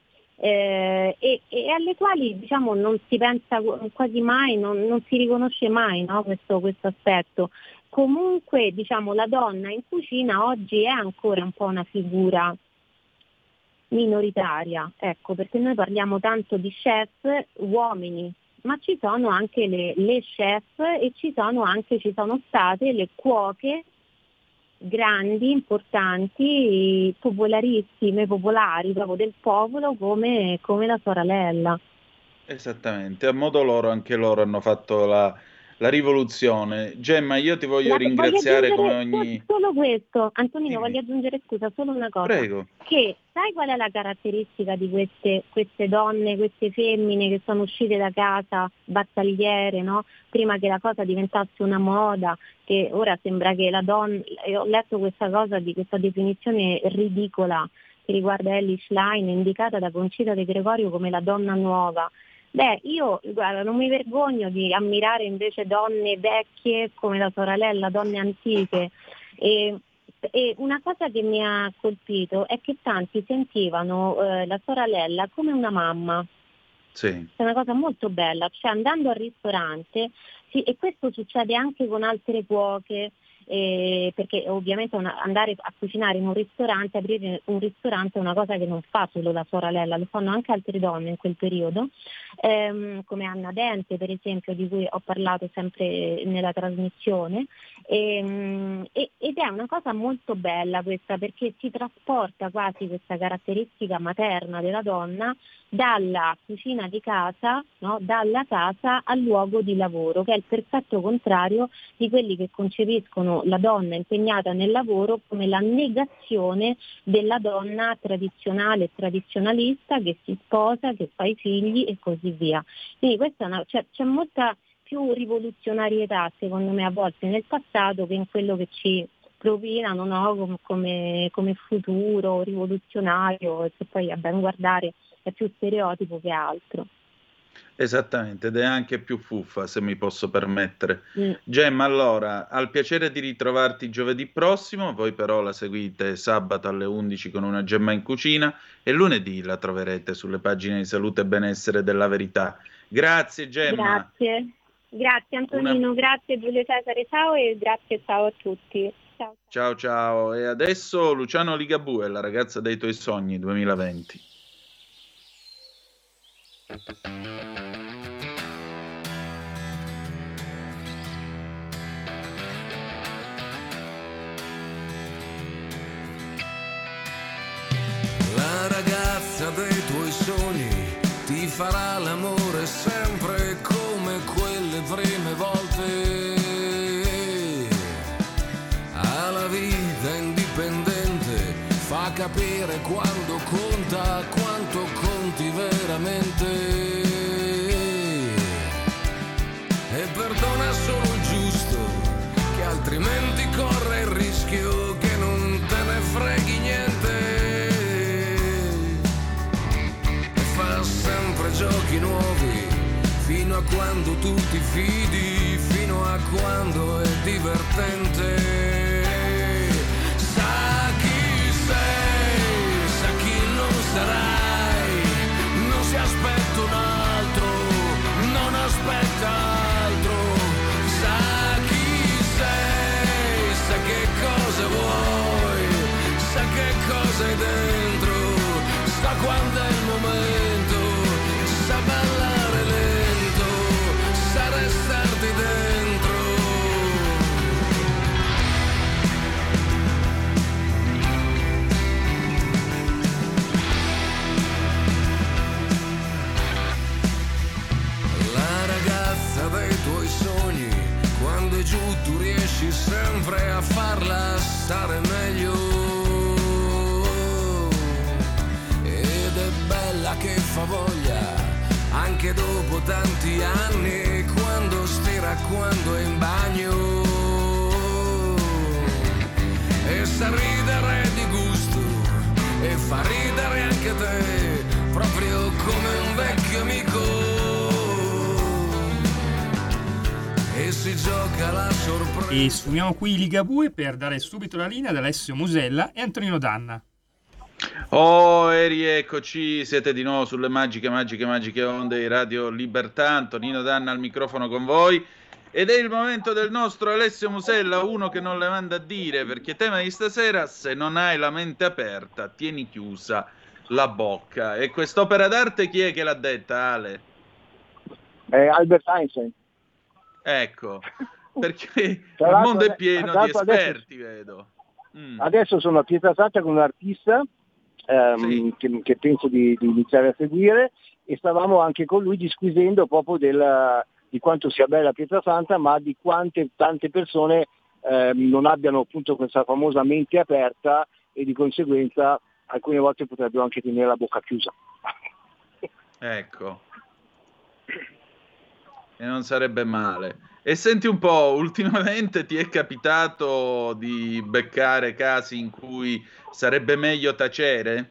eh, e, e alle quali diciamo non si pensa quasi mai, non, non si riconosce mai, no, questo, questo aspetto. Comunque diciamo la donna in cucina oggi è ancora un po' una figura minoritaria, ecco, perché noi parliamo tanto di chef uomini, ma ci sono anche le, le chef e ci sono anche ci sono state le cuoche grandi, importanti, popolarissime, popolari proprio del popolo come, come la sorella. Esattamente, a modo loro anche loro hanno fatto la, la rivoluzione. Gemma, io ti voglio La- voglio ringraziare come aggiungere so- ogni... solo questo, Antonino, Dimmi, voglio aggiungere scusa solo una cosa, prego. che sai qual è la caratteristica di queste, queste donne, queste femmine che sono uscite da casa, battagliere, no? Prima che la cosa diventasse una moda, che ora sembra che la donna, e ho letto questa cosa di questa definizione ridicola che riguarda Ellie Schlein, indicata da Concita De Gregorio come la donna nuova. Beh, io guarda, non mi vergogno di ammirare invece donne vecchie come la sorella, donne antiche. E, e una cosa che mi ha colpito è che tanti sentivano eh, la sorella come una mamma. Sì. È una cosa molto bella, cioè andando al ristorante, sì, e questo succede anche con altre cuoche, eh, perché ovviamente una- andare a cucinare in un ristorante, aprire un ristorante è una cosa che non fa solo la sorella, lo fanno anche altre donne in quel periodo, ehm, come Anna Dente per esempio, di cui ho parlato sempre nella trasmissione, ehm, e- ed è una cosa molto bella questa, perché si trasporta quasi questa caratteristica materna della donna dalla cucina di casa, no? Dalla casa al luogo di lavoro, che è il perfetto contrario di quelli che concepiscono la donna impegnata nel lavoro come la negazione della donna tradizionale e tradizionalista che si sposa, che fa i figli e così via. Quindi questa è una, cioè, c'è molta più rivoluzionarietà secondo me a volte nel passato che in quello che ci propinano, no? Com- come, come futuro rivoluzionario, e che poi a ben guardare è più stereotipo che altro. Esattamente, ed è anche più fuffa, se mi posso permettere. Mm. Gemma, allora, al piacere di ritrovarti giovedì prossimo, voi però la seguite sabato alle undici con una Gemma in cucina e lunedì la troverete sulle pagine di Salute e Benessere della Verità. Grazie Gemma. Grazie, grazie Antonino, Una- grazie Giulio Cesare, ciao e grazie, ciao a tutti. Ciao. Ciao ciao. E adesso Luciano Ligabue, la ragazza dei tuoi sogni duemilaventi. La ragazza dei tuoi sogni ti farà l'amore sempre come quelle prime volte. Ha la vita indipendente, fa capire quando conta, quanto conti veramente. E perdona solo il giusto, che altrimenti corre il rischio che non te ne freghi niente. Fa sempre giochi nuovi, fino a quando tu ti fidi, fino a quando è divertente. Sa chi sei, sa chi non sarai, non si aspetta un altro, non aspetta altro. Sa chi sei, sa che cosa vuoi, sa che cosa hai dentro, sa quando è il momento, sa ballare lento, sa restarti dentro. La ragazza dei tuoi sogni, quando è giù tu riesci sempre a farla stare meglio. Ed è bella che fa voglia, anche dopo tanti anni, quando stira, quando è in bagno. E sa ridere di gusto, e fa ridere anche te, proprio come un vecchio amico. E si gioca la sorpresa. E sfumiamo qui i Ligabue per dare subito la linea ad Alessio Musella e Antonino Danna. Oh, e rieccoci, siete di nuovo sulle magiche, magiche, magiche onde di Radio Libertà. Antonino Danna al microfono con voi. Ed è il momento del nostro Alessio Musella, uno che non le manda a dire, perché tema di stasera: se non hai la mente aperta, tieni chiusa la bocca. E quest'opera d'arte chi è che l'ha detta, Ale? Eh, Albert Einstein. Ecco, perché Tra il l'altro mondo è ade- pieno tra di l'altro adesso- esperti, vedo. Mm. Adesso sono a Pietrasanta con un artista ehm, Sì. che, che penso di, di iniziare a seguire, e stavamo anche con lui disquisendo proprio della, di quanto sia bella Pietrasanta, ma di quante tante persone ehm, non abbiano appunto questa famosa mente aperta, e di conseguenza alcune volte potrebbero anche tenere la bocca chiusa. Ecco. E non sarebbe male. E senti un po', ultimamente ti è capitato di beccare casi in cui sarebbe meglio tacere?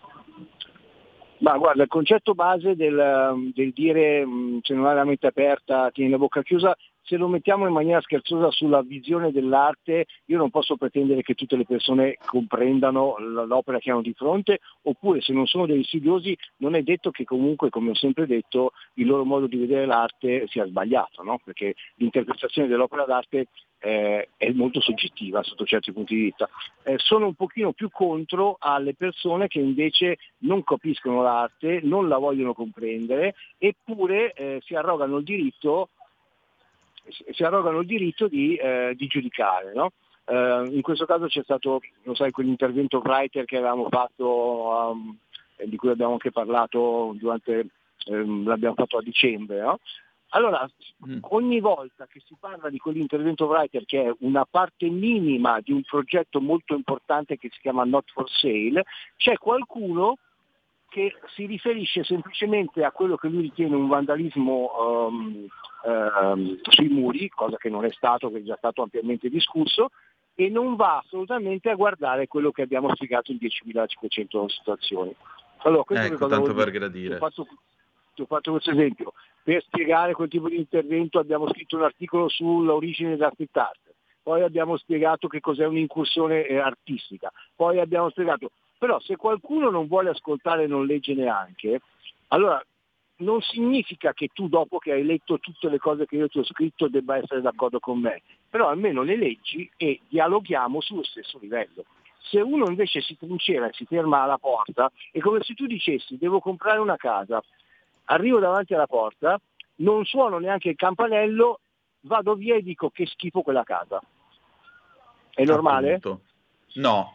Ma guarda, il concetto base del, del dire mh, se non hai la mente aperta tieni la bocca chiusa se lo mettiamo in maniera scherzosa sulla visione dell'arte, io non posso pretendere che tutte le persone comprendano l- l'opera che hanno di fronte, oppure se non sono dei insidiosi non è detto che comunque, come ho sempre detto, il loro modo di vedere l'arte sia sbagliato, no? Perché l'interpretazione dell'opera d'arte eh, è molto soggettiva sotto certi punti di vista. Eh, sono un pochino più contro alle persone che invece non capiscono l'arte, non la vogliono comprendere, eppure eh, si arrogano il diritto si arrogano il diritto di, eh, di giudicare, no? Eh, in questo caso c'è stato, lo sai, quell'intervento writer che avevamo fatto, um, di cui abbiamo anche parlato durante, ehm, l'abbiamo fatto a dicembre, no? Allora, ogni volta che si parla di quell'intervento writer, che è una parte minima di un progetto molto importante che si chiama Not for Sale, c'è qualcuno che si riferisce semplicemente a quello che lui ritiene un vandalismo um, um, sui muri, cosa che non è stato, che è già stato ampiamente discusso, e non va assolutamente a guardare quello che abbiamo spiegato in diecimilacinquecento situazioni. Allora, questo Ecco, che cosa tanto vuol per dire? gradire. Ti ho fatto, ti ho fatto questo esempio. Per spiegare quel tipo di intervento abbiamo scritto un articolo sull'origine della street art, poi abbiamo spiegato che cos'è un'incursione eh, artistica, poi abbiamo spiegato. Però se qualcuno non vuole ascoltare e non legge neanche, allora non significa che tu, dopo che hai letto tutte le cose che io ti ho scritto, debba essere d'accordo con me, però almeno le leggi e dialoghiamo sullo stesso livello. Se uno invece si trincera e si ferma alla porta, è come se tu dicessi: devo comprare una casa, arrivo davanti alla porta, non suono neanche il campanello, vado via e dico: che schifo quella casa. È normale? Appunto. No.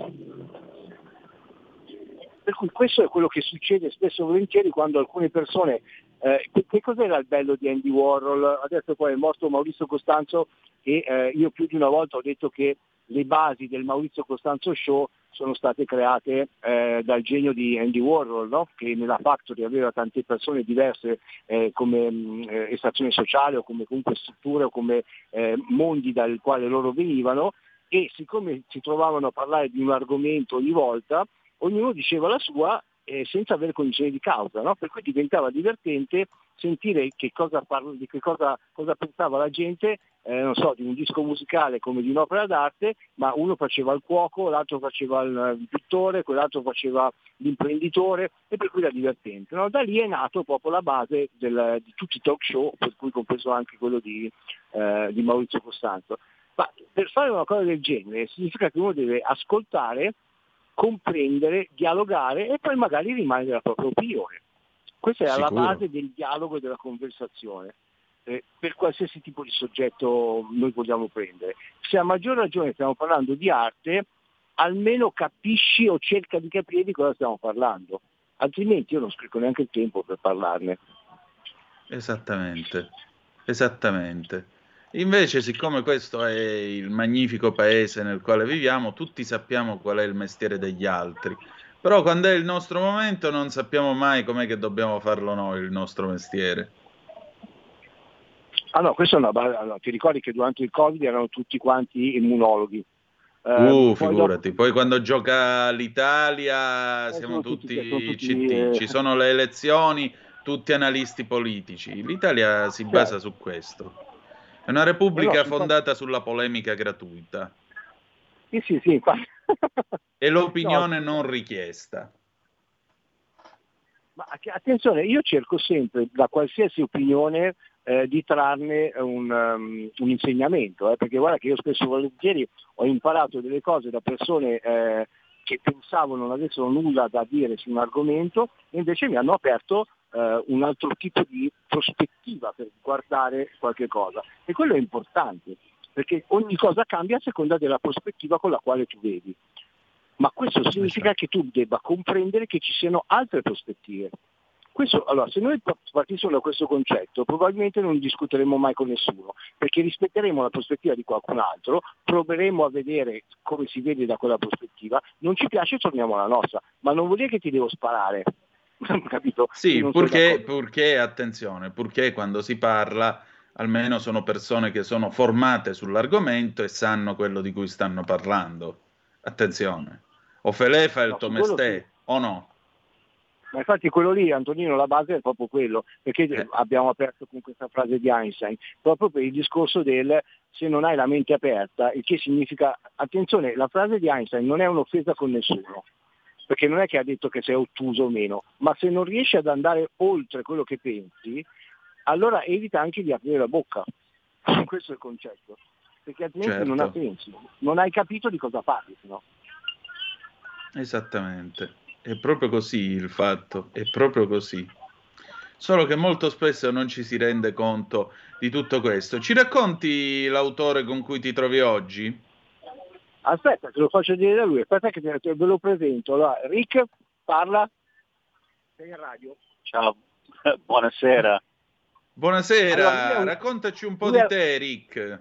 Per cui questo è quello che succede spesso e volentieri quando alcune persone, eh, che, che cos'era il bello di Andy Warhol? Adesso poi è morto Maurizio Costanzo e eh, io più di una volta ho detto che le basi del Maurizio Costanzo Show sono state create eh, dal genio di Andy Warhol, no? Che nella Factory aveva tante persone diverse eh, come mh, estrazione sociale o come comunque strutture o come eh, mondi dal quale loro venivano, e siccome si trovavano a parlare di un argomento ogni volta, ognuno diceva la sua eh, senza avere cognizione di causa, no? Per cui diventava divertente sentire che cosa, parla, di che cosa, cosa pensava la gente, eh, non so, di un disco musicale come di un'opera d'arte, ma uno faceva il cuoco, l'altro faceva il pittore, quell'altro faceva l'imprenditore, e per cui era divertente, no? Da lì è nato proprio la base del, di tutti i talk show, per cui compreso anche quello di, eh, di Maurizio Costanzo. Ma per fare una cosa del genere significa che uno deve ascoltare, comprendere, dialogare e poi magari rimane della propria opinione. Questa è alla Sicuro. base del dialogo e della conversazione, eh, per qualsiasi tipo di soggetto noi vogliamo prendere. Se a maggior ragione stiamo parlando di arte, almeno capisci o cerca di capire di cosa stiamo parlando, altrimenti io non spreco neanche il tempo per parlarne. Esattamente, esattamente. Invece, siccome questo è il magnifico paese nel quale viviamo, tutti sappiamo qual è il mestiere degli altri. Però quando è il nostro momento non sappiamo mai com'è che dobbiamo farlo noi, il nostro mestiere. Ah no, questo è una base. Allora, ti ricordi che durante il Covid erano tutti quanti immunologhi? Uh, Ehm, poi figurati. dopo- Poi quando gioca l'Italia Eh, siamo sono tutti- tutti sono tutti, C T, eh, ci sono le elezioni, tutti analisti politici. L'Italia si basa Certo. su questo. È una repubblica Eh no, infatti- fondata sulla polemica gratuita Sì, sì, sì, infatti. e l'opinione No, non richiesta. ma att- attenzione, io cerco sempre da qualsiasi opinione eh, di trarne un, um, un insegnamento, eh, perché guarda che io spesso e volentieri ho imparato delle cose da persone eh, che pensavo non avessero nulla da dire su un argomento e invece mi hanno aperto eh, un altro tipo di prospettiva per guardare qualche cosa, e quello è importante, perché ogni cosa cambia a seconda della prospettiva con la quale tu vedi. Ma questo significa Esatto. che tu debba comprendere che ci siano altre prospettive. Questo, allora, se noi partissimo da questo concetto, probabilmente non discuteremo mai con nessuno, perché rispetteremo la prospettiva di qualcun altro, proveremo a vedere come si vede da quella prospettiva, non ci piace, torniamo alla nostra, ma non vuol dire che ti devo sparare, capito? Se Sì, non sei purché, d'accordo. purché, attenzione, purché quando si parla almeno sono persone che sono formate sull'argomento e sanno quello di cui stanno parlando. Attenzione. O Felè fa il No, tuo su quello sì. mestiere, o no? Ma infatti quello lì, Antonino, la base è proprio quello, perché Eh. abbiamo aperto con questa frase di Einstein, proprio per il discorso del se non hai la mente aperta, il che significa, attenzione, la frase di Einstein non è un'offesa con nessuno, perché non è che ha detto che sei ottuso o meno, ma se non riesci ad andare oltre quello che pensi, allora evita anche di aprire la bocca. Questo è il concetto, perché altrimenti Certo. non ha senso, non hai capito di cosa parli, no? Esattamente, è proprio così il fatto, è proprio così. Solo che molto spesso non ci si rende conto di tutto questo. Ci racconti l'autore con cui ti trovi oggi? Aspetta, te lo faccio dire da lui, aspetta che te, ve lo presento. Allora, Rick, parla, sei in radio. Ciao, buonasera. Buonasera, Allora, lui è un- raccontaci un po' lui di è- te, Rick.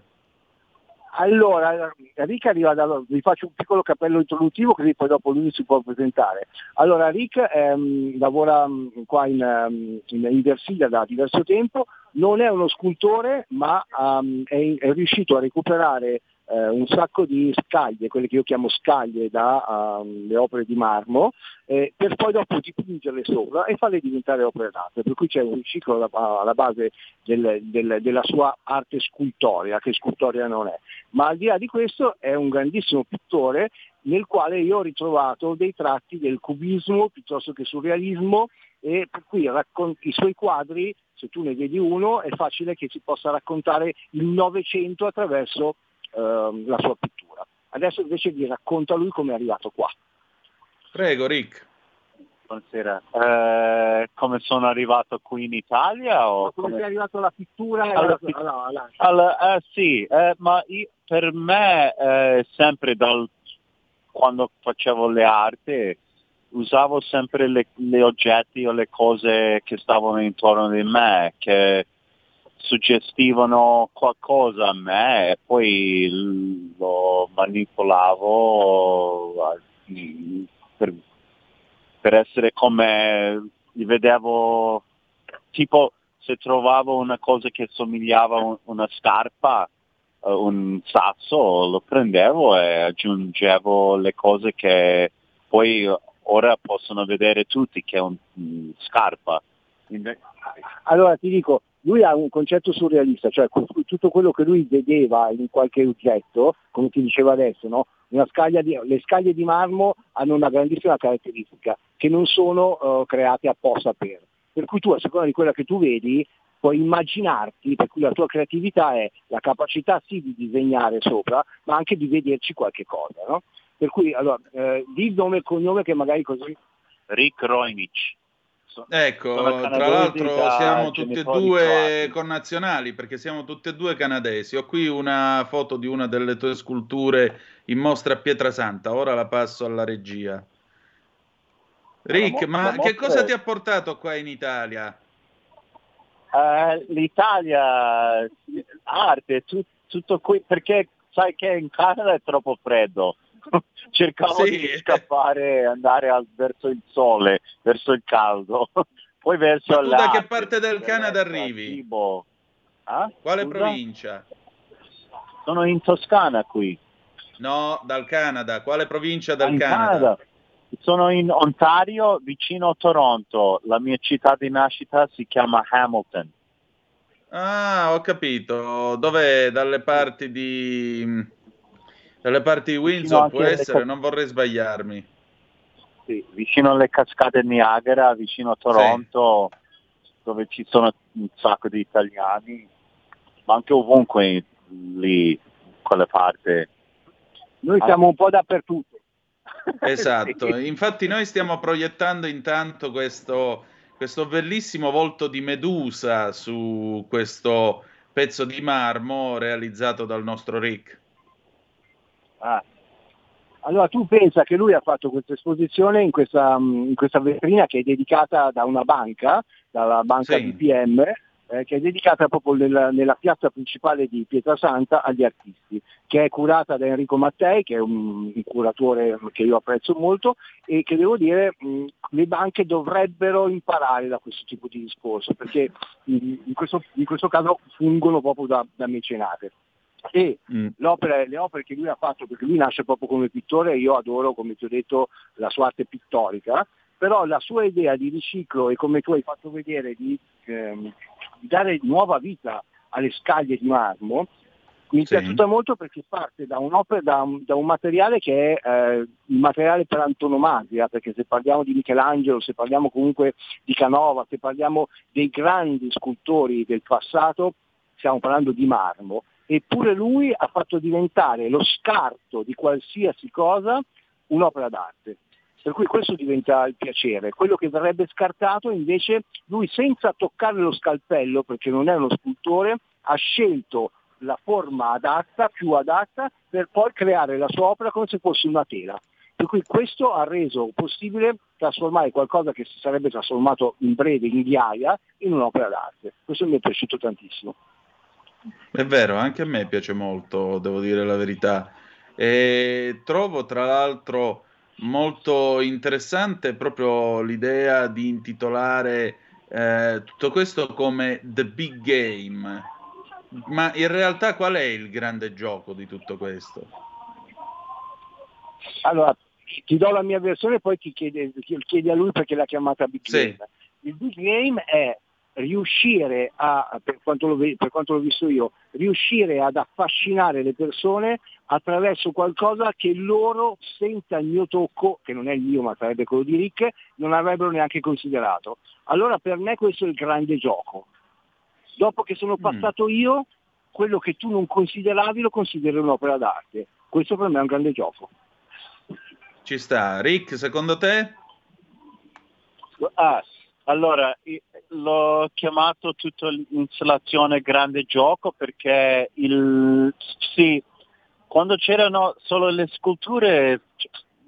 Allora, Rick arriva da, vi faccio un piccolo cappello introduttivo così poi dopo lui si può presentare. Allora, Rick ehm, lavora mh, qua in, um, in, in Versilia da diverso tempo, non è uno scultore ma um, è, è riuscito a recuperare eh, un sacco di scaglie, quelle che io chiamo scaglie da um, le opere di marmo, eh, per poi dopo dipingerle sopra e farle diventare opere d'arte, per cui c'è un ciclo alla, alla base del, del, della sua arte scultorea, che scultorea non è. Ma al di là di questo è un grandissimo pittore nel quale io ho ritrovato dei tratti del cubismo piuttosto che surrealismo, e per cui raccon- i suoi quadri, se tu ne vedi uno, è facile che si possa raccontare il Novecento attraverso ehm, la sua pittura. Adesso invece vi racconta lui come è arrivato qua. Prego, Rick. Buonasera. Eh, come sono arrivato qui in Italia? O Come come- sei arrivato alla pittura e Alla alla, alla- alla- Allora, eh, sì, eh, ma io- per me eh, sempre dal quando facevo le arti usavo sempre le, le oggetti o le cose che stavano intorno di me, che suggestivano qualcosa a me e poi l- lo manipolavo eh, per, per essere come li vedevo, tipo se trovavo una cosa che somigliava a un- una scarpa, eh, un sasso, lo prendevo e aggiungevo le cose che poi ora possono vedere tutti che è un mm, scarpa. Inve- Allora ti dico, lui ha un concetto surrealista, cioè cu- tutto quello che lui vedeva in qualche oggetto, come ti diceva adesso, no? Una scaglia di, le scaglie di marmo hanno una grandissima caratteristica, che non sono eh, create apposta per. Per cui tu, a seconda di quella che tu vedi, puoi immaginarti, per cui la tua creatività è la capacità sì di disegnare sopra, ma anche di vederci qualche cosa, no? Per cui, allora, eh, di il nome e cognome che magari così... Rick Roinich. So- Ecco, sono tra canadesi l'altro da siamo tutti e genitori due croati. connazionali perché siamo tutti e due canadesi. Ho qui una foto di una delle tue sculture in mostra a Pietrasanta, ora la passo alla regia. Rick, La mo- ma la che mostra cosa è- ti ha portato qua in Italia? Eh, L'Italia, arte, tu- tutto qui, perché sai che in Canada è troppo freddo. Cercavo Sì. di scappare e andare al- verso il sole, verso il caldo, poi verso Ma tu da che l'Alpe, parte del Canada bellezza, arrivi? cibo. Ah, Quale scusa? provincia? Sono in Toscana qui. No, dal Canada. Quale provincia Ah, del in Canada? Canada. Sono in Ontario, vicino a Toronto. La mia città di nascita si chiama Hamilton. Ah, ho capito. Dov'è? Dalle parti di... Dalle parti di Vicino Windsor, anche può alle essere? cas- Non vorrei sbagliarmi. Sì, vicino alle cascate Niagara, vicino a Toronto, dove ci sono un sacco di italiani, ma anche ovunque lì, in quelle parti. Noi Ah. siamo un po' dappertutto. Esatto, Sì. infatti noi stiamo proiettando intanto questo, questo bellissimo volto di Medusa su questo pezzo di marmo realizzato dal nostro Rick. Ah, Allora tu pensa che lui ha fatto questa esposizione in questa, mh, in questa vetrina che è dedicata da una banca, dalla banca Sì. B P M, eh, che è dedicata proprio nella, nella piazza principale di Pietrasanta agli artisti, che è curata da Enrico Mattei, che è un, un curatore che io apprezzo molto e che devo dire mh, le banche dovrebbero imparare da questo tipo di discorso, perché mh, in, questo, in questo caso fungono proprio da, da mecenate. E Mm. l'opera, le opere che lui ha fatto, perché lui nasce proprio come pittore, io adoro, come ti ho detto, la sua arte pittorica, però la sua idea di riciclo e come tu hai fatto vedere di, ehm, di dare nuova vita alle scaglie di marmo mi è Sì. piaciuta molto perché parte da, un'opera, da, un, da un materiale che è eh, il materiale per antonomasia, perché se parliamo di Michelangelo, se parliamo comunque di Canova, se parliamo dei grandi scultori del passato, stiamo parlando di marmo, eppure lui ha fatto diventare lo scarto di qualsiasi cosa un'opera d'arte. Per cui questo diventa il piacere. Quello che verrebbe scartato invece lui, senza toccare lo scalpello, perché non è uno scultore, ha scelto la forma adatta, più adatta, per poi creare la sua opera come se fosse una tela. Per cui questo ha reso possibile trasformare qualcosa che si sarebbe trasformato in breve in ghiaia in un'opera d'arte. Questo mi è piaciuto tantissimo. È vero, anche a me piace molto, devo dire la verità. E trovo tra l'altro molto interessante proprio l'idea di intitolare eh, tutto questo come The Big Game. Ma in realtà qual è il grande gioco di tutto questo? Allora, ti do la mia versione, poi ti chiedi, chiedi a lui perché l'ha chiamata Big Sì. Game. Il Big Game è riuscire a, per quanto, l'ho, per quanto l'ho visto io, riuscire ad affascinare le persone attraverso qualcosa che loro, senza il mio tocco, che non è il mio ma sarebbe quello di Rick, non avrebbero neanche considerato. Allora per me questo è il grande gioco. Dopo che sono passato io, quello che tu non consideravi lo consideri un'opera d'arte. Questo per me è un grande gioco. Ci sta. Rick, secondo te? Ah, allora, i- l'ho chiamato tutta l'installazione grande gioco perché il sì, quando c'erano solo le sculture c-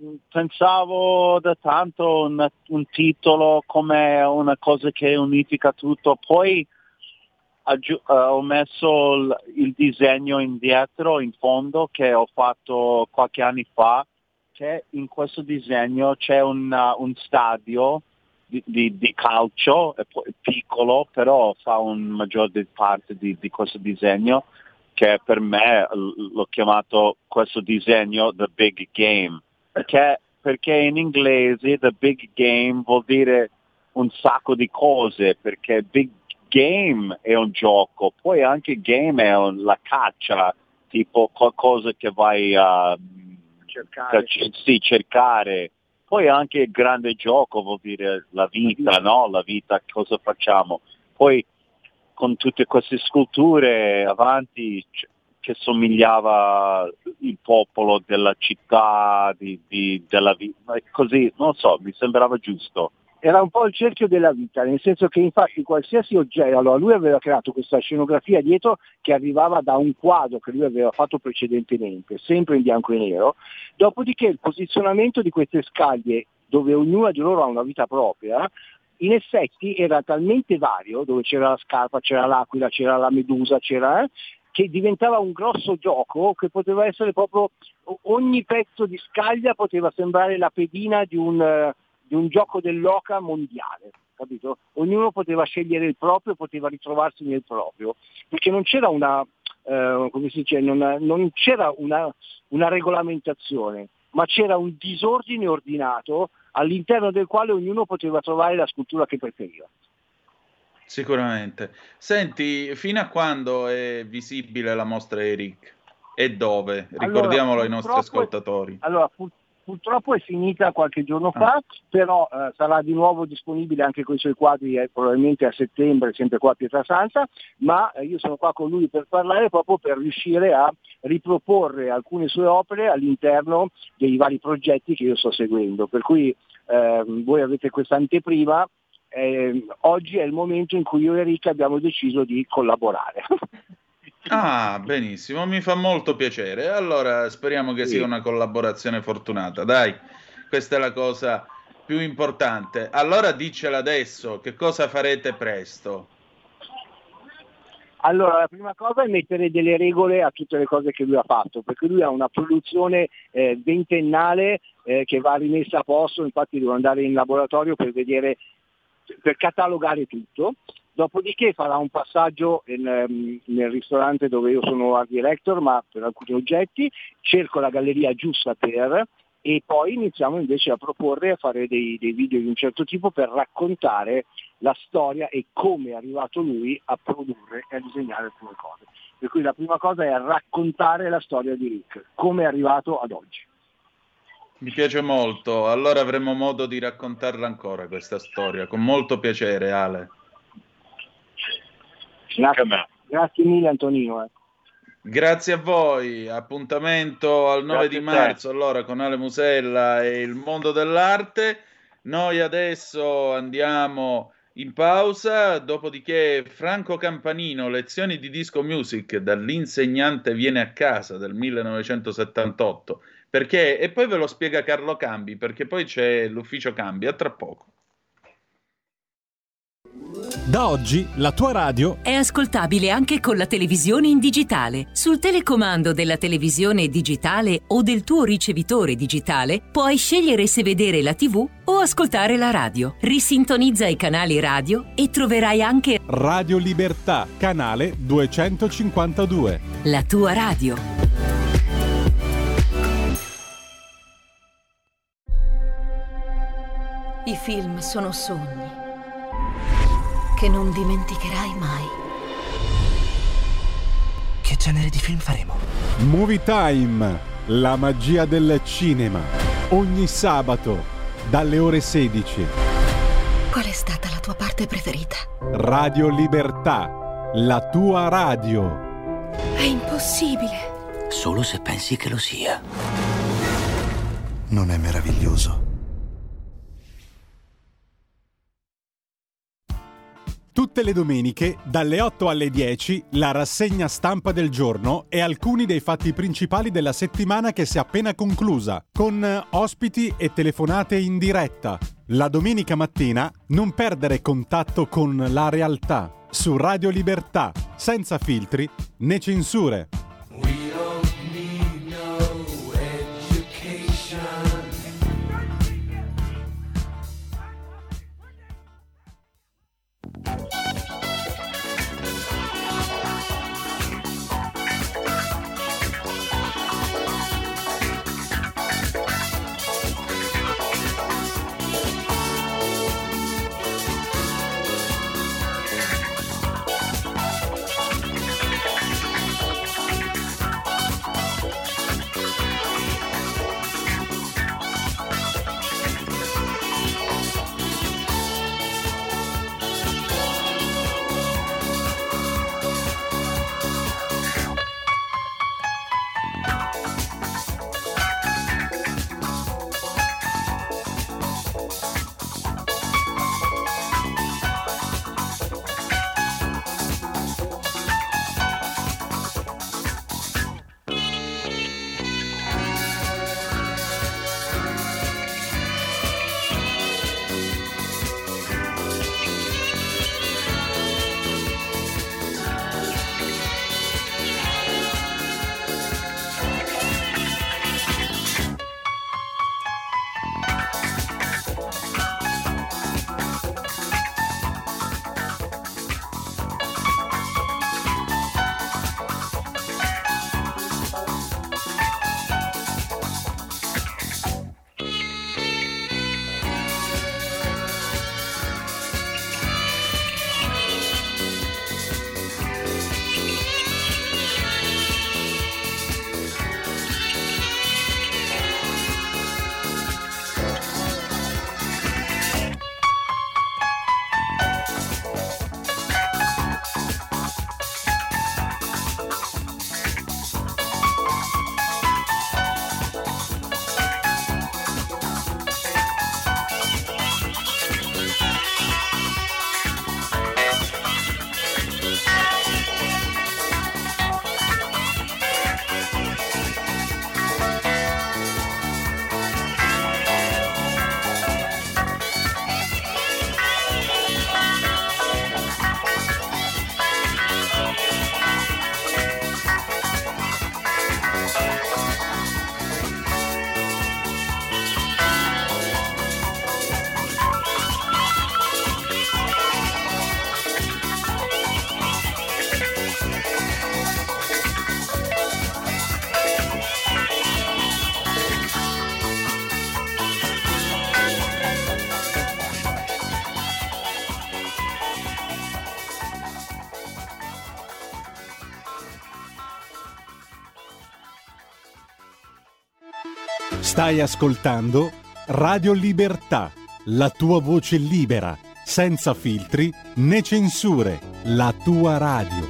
pensavo da tanto un, un titolo come una cosa che unifica tutto, poi aggiu- eh, ho messo il, il disegno indietro in fondo che ho fatto qualche anni fa, che in questo disegno c'è un, uh, un stadio di, di, di calcio, è po- è piccolo, però fa un maggior di parte di, di questo disegno, che per me l- l'ho chiamato questo disegno The Big Game, perché, perché in inglese The Big Game vuol dire un sacco di cose, perché Big Game è un gioco, poi anche game è un- la caccia, tipo qualcosa che vai a Cercare. c- sì, cercare. Poi anche il grande gioco vuol dire la vita, no? La vita, cosa facciamo? Poi con tutte queste sculture avanti c- che somigliava il popolo della città, di, di- della vita, così, non so, mi sembrava giusto. Era un po' il cerchio della vita, nel senso che infatti qualsiasi oggetto, allora lui aveva creato questa scenografia dietro che arrivava da un quadro che lui aveva fatto precedentemente, sempre in bianco e nero, dopodiché il posizionamento di queste scaglie, dove ognuna di loro ha una vita propria, in effetti era talmente vario, dove c'era la scarpa, c'era l'aquila, c'era la medusa, c'era... eh, che diventava un grosso gioco che poteva essere proprio, ogni pezzo di scaglia poteva sembrare la pedina di un... eh, di un gioco dell'oca mondiale, capito? Ognuno poteva scegliere il proprio, poteva ritrovarsi nel proprio, perché non c'era una, eh, come si dice, non, non c'era una, una regolamentazione, ma c'era un disordine ordinato all'interno del quale ognuno poteva trovare la scultura che preferiva. Sicuramente. Senti, fino a quando è visibile la mostra di Rick? E dove? Ricordiamolo Allora, ai nostri purtroppo è- ascoltatori. Allora, pur- purtroppo è finita qualche giorno Ah. fa, però eh, sarà di nuovo disponibile anche con i suoi quadri eh, probabilmente a settembre, sempre qua a Pietrasanta, ma eh, io sono qua con lui per parlare proprio per riuscire a riproporre alcune sue opere all'interno dei vari progetti che io sto seguendo. Per cui ehm, voi avete questa anteprima, ehm, oggi è il momento in cui io e Enrica abbiamo deciso di collaborare. Ah, benissimo, mi fa molto piacere. Allora, speriamo che Sì. sia una collaborazione fortunata. Dai, questa è la cosa più importante. Allora, diccela adesso, che cosa farete presto? Allora, la prima cosa è mettere delle regole a tutte le cose che lui ha fatto, perché lui ha una produzione eh, ventennale eh, che va rimessa a posto, infatti devo andare in laboratorio per vedere, per catalogare tutto. Dopodiché farà un passaggio in, ehm, nel ristorante dove io sono art director, ma per alcuni oggetti, cerco la galleria giusta per, e poi iniziamo invece a proporre a fare dei, dei video di un certo tipo per raccontare la storia e come è arrivato lui a produrre e a disegnare alcune cose. Per cui la prima cosa è raccontare la storia di Rick, come è arrivato ad oggi. Mi piace molto, allora avremo modo di raccontarla ancora questa storia, con molto piacere, Ale. Grazie, grazie mille Antonino. Eh. Grazie a voi, appuntamento al nove Grazie di a te. marzo allora con Ale Musella e il mondo dell'arte. Noi adesso andiamo in pausa, dopodiché Franco Campanino, lezioni di disco music dall'insegnante viene a casa del millenovecentosettantotto, perché e poi ve lo spiega Carlo Cambi, perché poi c'è l'ufficio Cambi, a tra poco. Da oggi la tua radio È ascoltabile anche con la televisione in digitale. Sul telecomando della televisione digitale o del tuo ricevitore digitale puoi scegliere se vedere la tivù o ascoltare la radio. Risintonizza i canali radio e troverai anche Radio Libertà, canale duecentocinquantadue. la tua radio. I film sono sogni che non dimenticherai mai. Che genere di film faremo? Movie Time, la magia del cinema. Ogni sabato, dalle ore sedici. Qual è stata la tua parte preferita? Radio Libertà, la tua radio. È impossibile. Solo se pensi che lo sia. Non è meraviglioso? Tutte le domeniche, dalle otto alle dieci, la rassegna stampa del giorno e alcuni dei fatti principali della settimana che si è appena conclusa, con ospiti e telefonate in diretta. La domenica mattina non perdere contatto con la realtà, su Radio Libertà, senza filtri né censure. Stai ascoltando Radio Libertà, la tua voce libera, senza filtri né censure, la tua radio.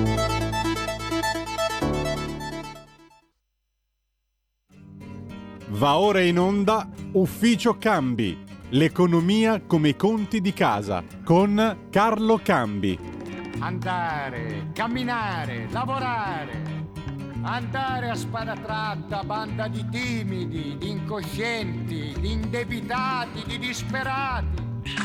Va ora in onda Ufficio Cambi, l'economia come i conti di casa, con Carlo Cambi. Andare, camminare, lavorare. Andare a spada tratta, banda di timidi, di incoscienti, di indebitati, di disperati.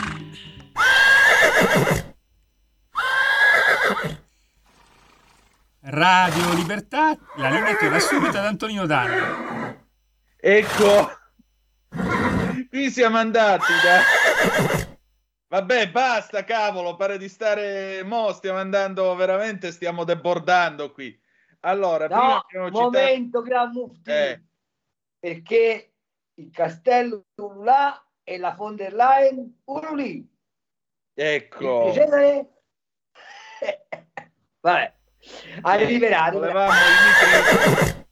Radio Libertà, la linea torna subito ad Antonino Danna. Ecco, qui siamo andati da... Vabbè, basta, cavolo, pare di stare... Mo stiamo andando veramente, stiamo debordando qui. Allora, prima No, abbiamo momento, Gran Mufti, Eh. perché il castello Ululà e la von der Leyen Ululì. Ecco. Il Cesare? Vabbè, arriverà. arriverà. Volevamo i micri-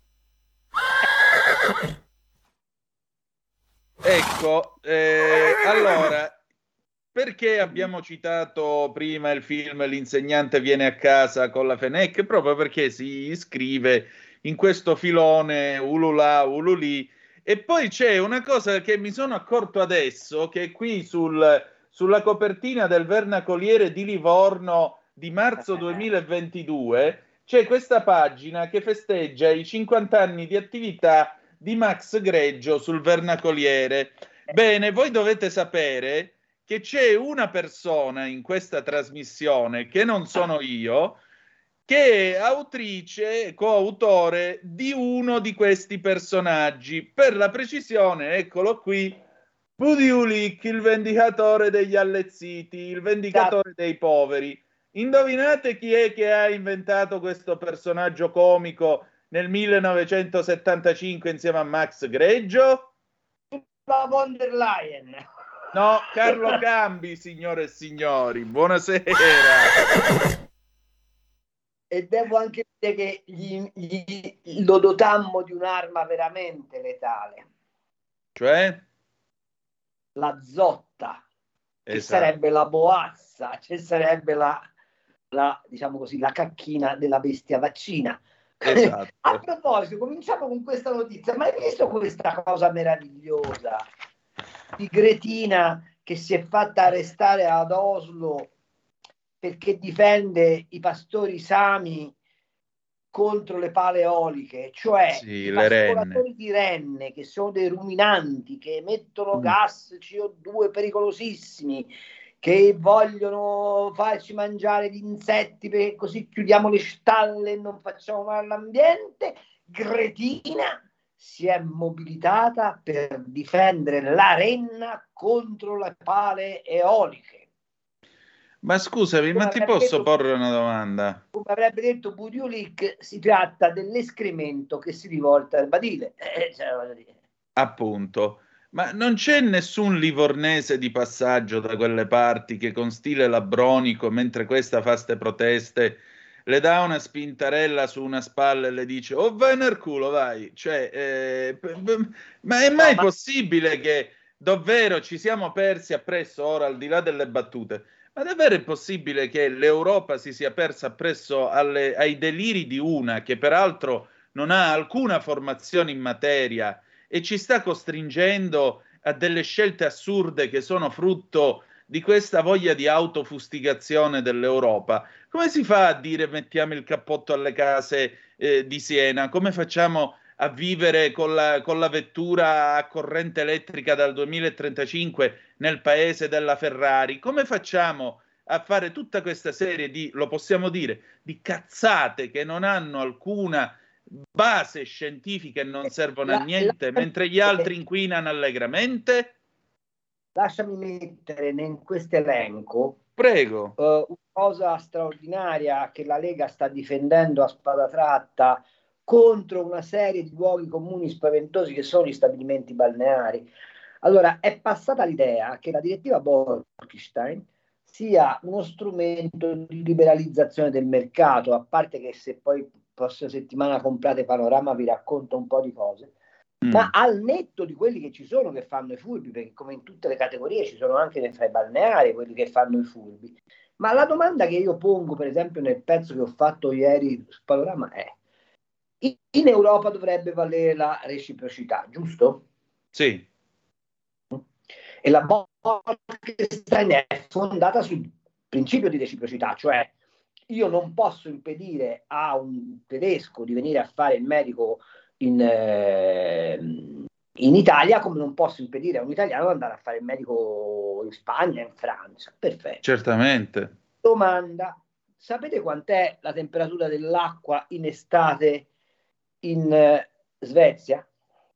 Ecco, eh, allora, perché abbiamo citato prima il film L'insegnante viene a casa con la Fenech? Proprio perché si iscrive in questo filone ululà, ululì. E poi c'è una cosa che mi sono accorto adesso, che qui sul, sulla copertina del Vernacoliere di Livorno di marzo duemilaventidue c'è questa pagina che festeggia i cinquanta anni di attività di Max Greggio sul Vernacoliere. Bene, voi dovete sapere che c'è una persona in questa trasmissione, che non sono io, che è autrice, coautore di uno di questi personaggi. Per la precisione, eccolo qui, Budiulik, il vendicatore degli allezziti, il vendicatore dei poveri. Indovinate chi è che ha inventato questo personaggio comico nel millenovecentosettantacinque insieme a Max Greggio? La von der Leyen. No, Carlo Cambi, signore e signori, buonasera. E devo anche dire che gli, gli- lo dotammo di un'arma veramente letale, Cioè? la zotta, che Esatto. sarebbe la boazza, cioè sarebbe la, la, diciamo così, la cacchina della bestia vaccina. Esatto. A proposito, cominciamo con questa notizia. Ma hai visto questa cosa meravigliosa di Gretina che si è fatta arrestare ad Oslo perché difende i pastori sami contro le pale eoliche, cioè Sì, i le renne. pastoratori di renne, che sono dei ruminanti, che emettono Mm. gas C O due pericolosissimi, che vogliono farci mangiare gli insetti perché così chiudiamo le stalle e non facciamo male all'ambiente. Gretina si è mobilitata per difendere la renna contro le pale eoliche. Ma scusami, ma Come ti avrebbe posso detto- porre una domanda? Come avrebbe detto Budiulik, si tratta dell'escremento che si rivolta al badile. Eh, cioè, voglio dire. Appunto. Ma non c'è nessun livornese di passaggio da quelle parti che con stile labronico, mentre questa fa ste proteste, le dà una spintarella su una spalla e le dice "Oh, vai nel culo, vai". Cioè, eh, p- p- ma è mai No, ma- possibile che davvero ci siamo persi appresso, ora al di là delle battute, ma davvero è possibile che l'Europa si sia persa appresso alle- ai deliri di una che peraltro non ha alcuna formazione in materia e ci sta costringendo a delle scelte assurde che sono frutto di questa voglia di autofustigazione dell'Europa? Come si fa a dire mettiamo il cappotto alle case eh, di Siena? Come facciamo a vivere con la, con la vettura a corrente elettrica dal duemilatrentacinque nel paese della Ferrari? Come facciamo a fare tutta questa serie di, lo possiamo dire, di cazzate che non hanno alcuna base scientifica e non servono a La- niente, la- mentre gli altri inquinano allegramente? Lasciami mettere in questo elenco Prego. eh, una cosa straordinaria che la Lega sta difendendo a spada tratta contro una serie di luoghi comuni spaventosi che sono gli stabilimenti balneari. Allora, è passata l'idea che la direttiva Bolkestein sia uno strumento di liberalizzazione del mercato, a parte che se poi prossima settimana comprate Panorama vi racconto un po' di cose, ma al netto di quelli che ci sono che fanno i furbi, perché come in tutte le categorie ci sono anche nei- fra i balneari quelli che fanno i furbi. Ma la domanda che io pongo, per esempio, nel pezzo che ho fatto ieri su Panorama è: in in Europa dovrebbe valere la reciprocità, giusto? Sì. E la Bolkestein è fondata sul principio di reciprocità, cioè io non posso impedire a un tedesco di venire a fare il medico in, eh, in Italia, come non posso impedire a un italiano di andare a fare il medico in Spagna, in Francia. Perfetto. Certamente. Domanda: sapete quant'è la temperatura dell'acqua in estate in eh, Svezia?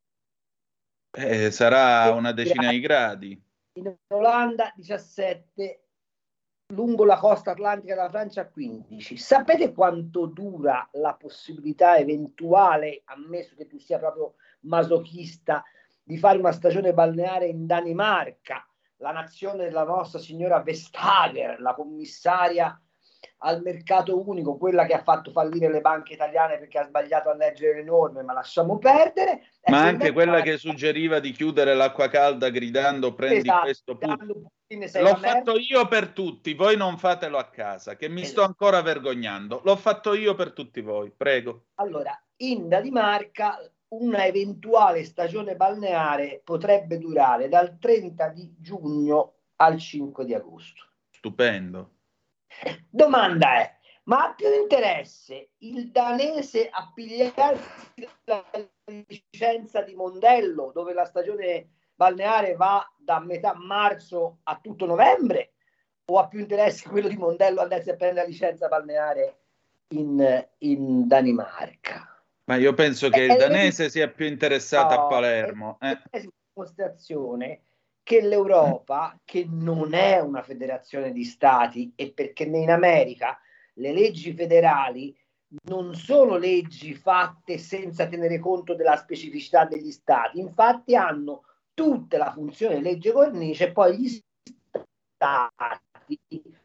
Eh, sarà una decina di gradi. In Olanda diciassette, lungo la costa atlantica della Francia quindici. Sapete quanto dura la possibilità eventuale, ammesso che tu sia proprio masochista, di fare una stagione balneare in Danimarca, la nazione della nostra signora Vestager, la commissaria al mercato unico, quella che ha fatto fallire le banche italiane perché ha sbagliato a leggere le norme, ma lasciamo perdere. Ecco, Ma in anche quella Danimarca- che suggeriva di chiudere l'acqua calda gridando prendi Esatto, questo pure. dando Putin sei L'ho una merda. fatto io per tutti, voi non fatelo a casa, che mi sto Esatto. ancora vergognando. L'ho fatto io per tutti voi, prego. Allora, in Danimarca una eventuale stagione balneare potrebbe durare dal trenta di giugno al cinque di agosto. Stupendo. Domanda è: ma ha più interesse il danese a pigliarsi la licenza di Mondello, dove la stagione balneare va da metà marzo a tutto novembre, o ha più interesse quello di Mondello andarsi a prendere la licenza balneare in, in Danimarca? Ma io penso che È il danese sia più interessato a No, Palermo. è Eh. l'ennesima dimostrazione che l'Europa, che non è una federazione di stati, e perché in America le leggi federali non sono leggi fatte senza tenere conto della specificità degli stati, infatti hanno tutta la funzione legge cornice e poi gli stati,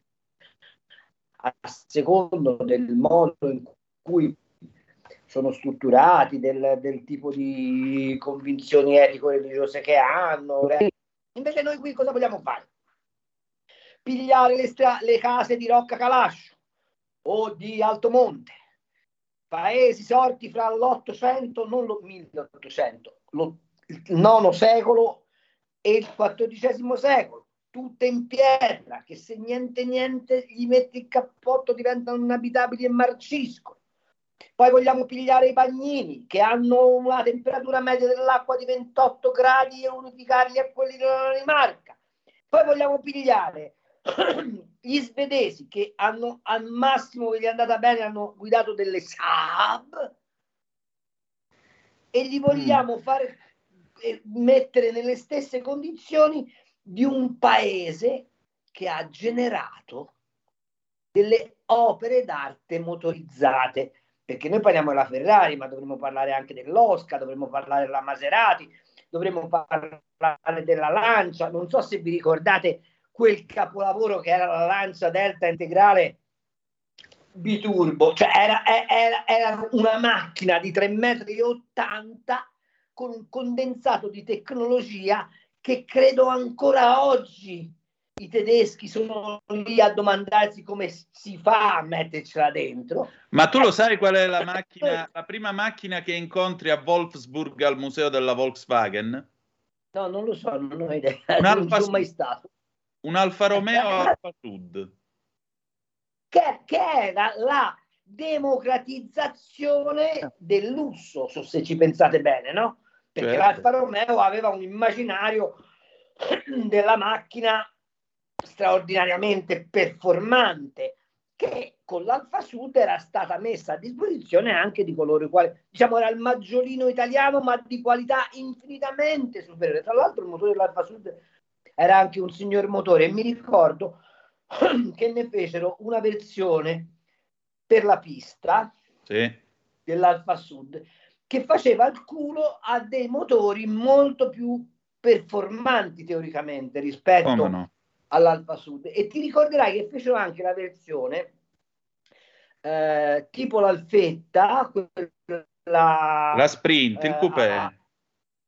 a secondo del modo in cui sono strutturati, del, del tipo di convinzioni etico-religiose che hanno. Invece noi qui cosa vogliamo fare? Pigliare le, stra- le case di Rocca Calascio o di Altomonte, paesi sorti fra l'Ottocento, non lo milleottocento, lo, il nono secolo e il quattordicesimo secolo, tutte in pietra, che se niente niente gli metti il cappotto diventano inabitabili e marciscono. Poi vogliamo pigliare i bagnini che hanno una temperatura media dell'acqua di ventotto gradi e unificarli a quelli della Danimarca. Poi vogliamo pigliare gli svedesi che hanno al massimo che gli è andata bene, hanno guidato delle Saab, e li vogliamo fare eh, mettere nelle stesse condizioni di un paese che ha generato delle opere d'arte motorizzate. Perché noi parliamo della Ferrari, ma dovremmo parlare anche dell'Oscar, dovremmo parlare della Maserati, dovremmo parlare della Lancia. Non so se vi ricordate quel capolavoro che era la Lancia Delta integrale biturbo, cioè era, era, era una macchina di tre metri e ottanta con un condensato di tecnologia che credo ancora oggi i tedeschi sono lì a domandarsi come si fa a mettercela dentro. Ma tu lo sai qual è la macchina, la prima macchina che incontri a Wolfsburg al museo della Volkswagen? No, non lo so, non ho idea, Un non Alfa sono mai Sud. stato. Un Alfa Romeo Alfa Sud. Che, che era la democratizzazione del lusso, so se ci pensate bene, no? Perché Certo. l'Alfa Romeo aveva un immaginario della macchina straordinariamente performante, che con l'Alfa Sud era stata messa a disposizione anche di coloro i quali, diciamo, era il maggiolino italiano, ma di qualità infinitamente superiore. Tra l'altro il motore dell'Alfa Sud era anche un signor motore, e mi ricordo che ne fecero una versione per la pista Sì. dell'Alfa Sud che faceva il culo a dei motori molto più performanti teoricamente rispetto Come no? all'Alfa Sud. E ti ricorderai che fecero anche la versione eh, tipo l'Alfetta, quella, La Sprint, il eh, coupé. a-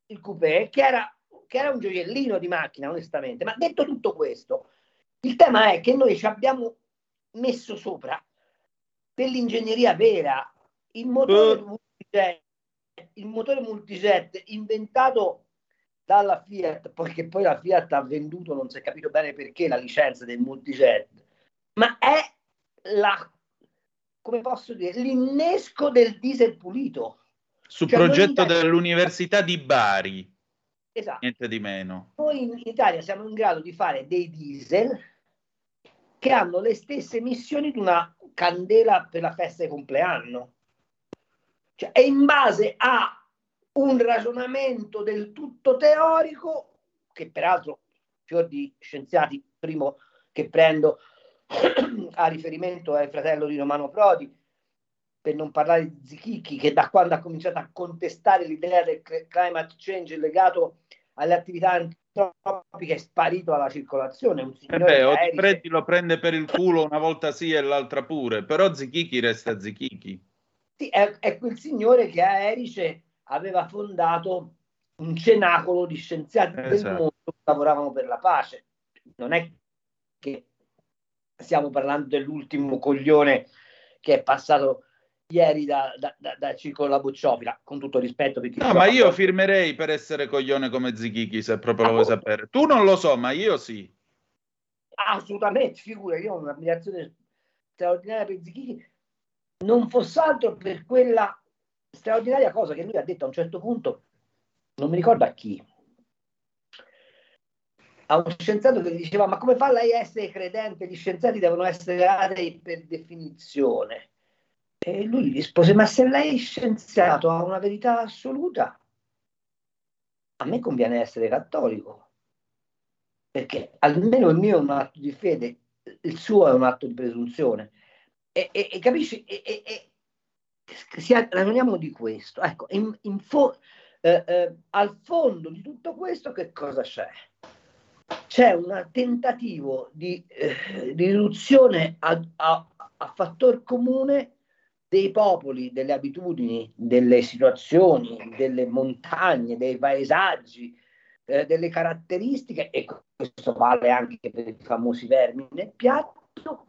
il coupé, che era, che era un gioiellino di macchina, onestamente. Ma detto tutto questo, il tema è che noi ci abbiamo messo sopra dell'ingegneria vera, il motore multijet, il motore multijet inventato dalla Fiat, perché poi la Fiat ha venduto, non si è capito bene perché, la licenza del multijet, ma è la, come posso dire, l'innesco del diesel pulito. Su Cioè, noi in progetto Italia- dell'Università di Bari, Esatto. niente di meno. Noi in Italia siamo in grado di fare dei diesel che hanno le stesse emissioni di una candela per la festa di compleanno. Cioè, è in base a un ragionamento del tutto teorico, che peraltro fior di scienziati, primo che prendo a riferimento è il fratello di Romano Prodi, per non parlare di Zichichi, che da quando ha cominciato a contestare l'idea del climate change legato alle attività antropiche è sparito alla circolazione. Un Eh signore beh, che aerei- Odifreddi lo prende per il culo una volta sì e l'altra pure, però Zichichi resta Zichichi. Sì, è, è quel signore che a Erice aveva fondato un cenacolo di scienziati del Esatto. mondo che lavoravano per la pace. Non è che stiamo parlando dell'ultimo coglione che è passato ieri da, da, da, da Circolo La Bocciofila, con tutto rispetto per chi No, lo ma ha io fatto. firmerei per essere coglione come Zichichi, se proprio lo vuoi Appunto. sapere. Tu non lo so, ma io sì. Assolutamente, figura, io ho un'ammirazione straordinaria per Zichichi, non fosse altro per quella straordinaria cosa che lui ha detto a un certo punto, non mi ricordo a chi, a un scienziato che gli diceva: ma come fa lei a essere credente? Gli scienziati devono essere atei per definizione. E lui gli rispose: ma se lei scienziato ha una verità assoluta, a me conviene essere cattolico, perché almeno il mio è un atto di fede, il suo è un atto di presunzione. E, e, e capisci? E, e, e sia- ragioniamo di questo. Ecco, in, in fo- eh, eh, al fondo di tutto questo che cosa c'è? C'è un tentativo di, eh, di riduzione a, a, a fattor comune dei popoli, delle abitudini, delle situazioni, delle montagne, dei paesaggi, eh, delle caratteristiche, e questo vale anche per i famosi vermi nel piatto,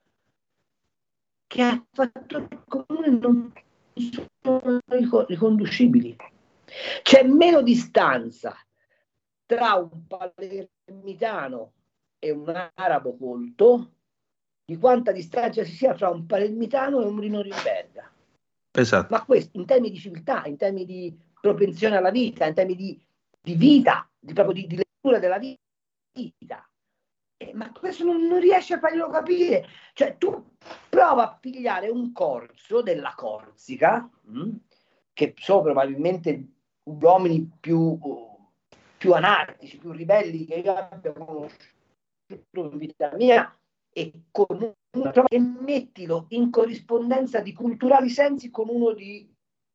che a fattori comuni non sono rico- riconducibili. C'è meno distanza tra un palermitano e un arabo colto di quanta distanza ci sia tra un palermitano e un Norimberga. Esatto. Ma questo in termini di civiltà, in termini di propensione alla vita, in termini di, di vita, di, proprio di, di lettura della vita. Eh, ma questo non, non riesce a farglielo capire. Cioè, tu prova a pigliare un corso della Corsica, mh, che sono probabilmente uomini più, più anarchici, più ribelli che io abbia conosciuto in vita mia, e, con una, e mettilo in corrispondenza di culturali sensi con uno di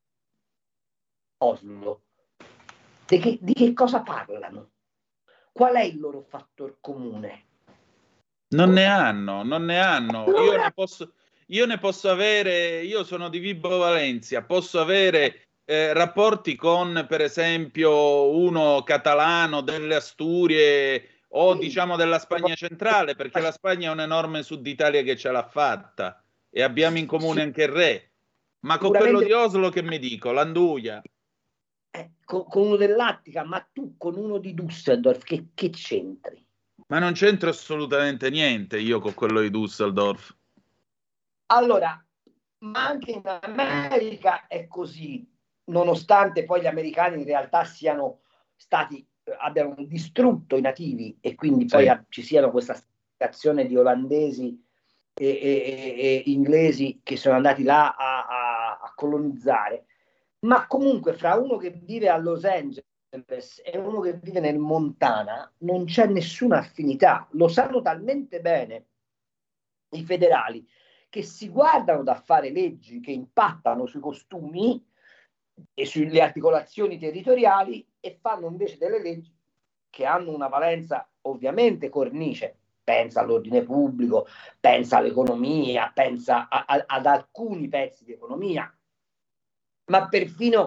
Oslo. Di che, di che cosa parlano? Qual è il loro fattor comune? Non ne hanno, non ne hanno. Io ne posso, io ne posso avere, io sono di Vibo Valencia, posso avere eh, rapporti con, per esempio, uno catalano delle Asturie o Sì. diciamo della Spagna centrale, perché la Spagna è un enorme Sud Italia che ce l'ha fatta e abbiamo in comune anche il re. Ma con quello Sicuramente- di Oslo che mi dico, l'Anduia. Eh, con, con uno dell'Attica, ma tu con uno di Düsseldorf, che, che c'entri? Ma non c'entro assolutamente niente io con quello di Düsseldorf. Allora, ma anche in America è così, nonostante poi gli americani in realtà siano stati, eh, abbiano distrutto i nativi e quindi poi Sì. a- ci siano questa azione di olandesi e, e- e- e inglesi che sono andati là a, a- a colonizzare. Ma comunque fra uno che vive a Los Angeles e uno che vive nel Montana non c'è nessuna affinità. Lo sanno talmente bene i federali che si guardano da fare leggi che impattano sui costumi e sulle articolazioni territoriali e fanno invece delle leggi che hanno una valenza ovviamente cornice. Pensa all'ordine pubblico, pensa all'economia, pensa a- a- ad alcuni pezzi di economia, ma perfino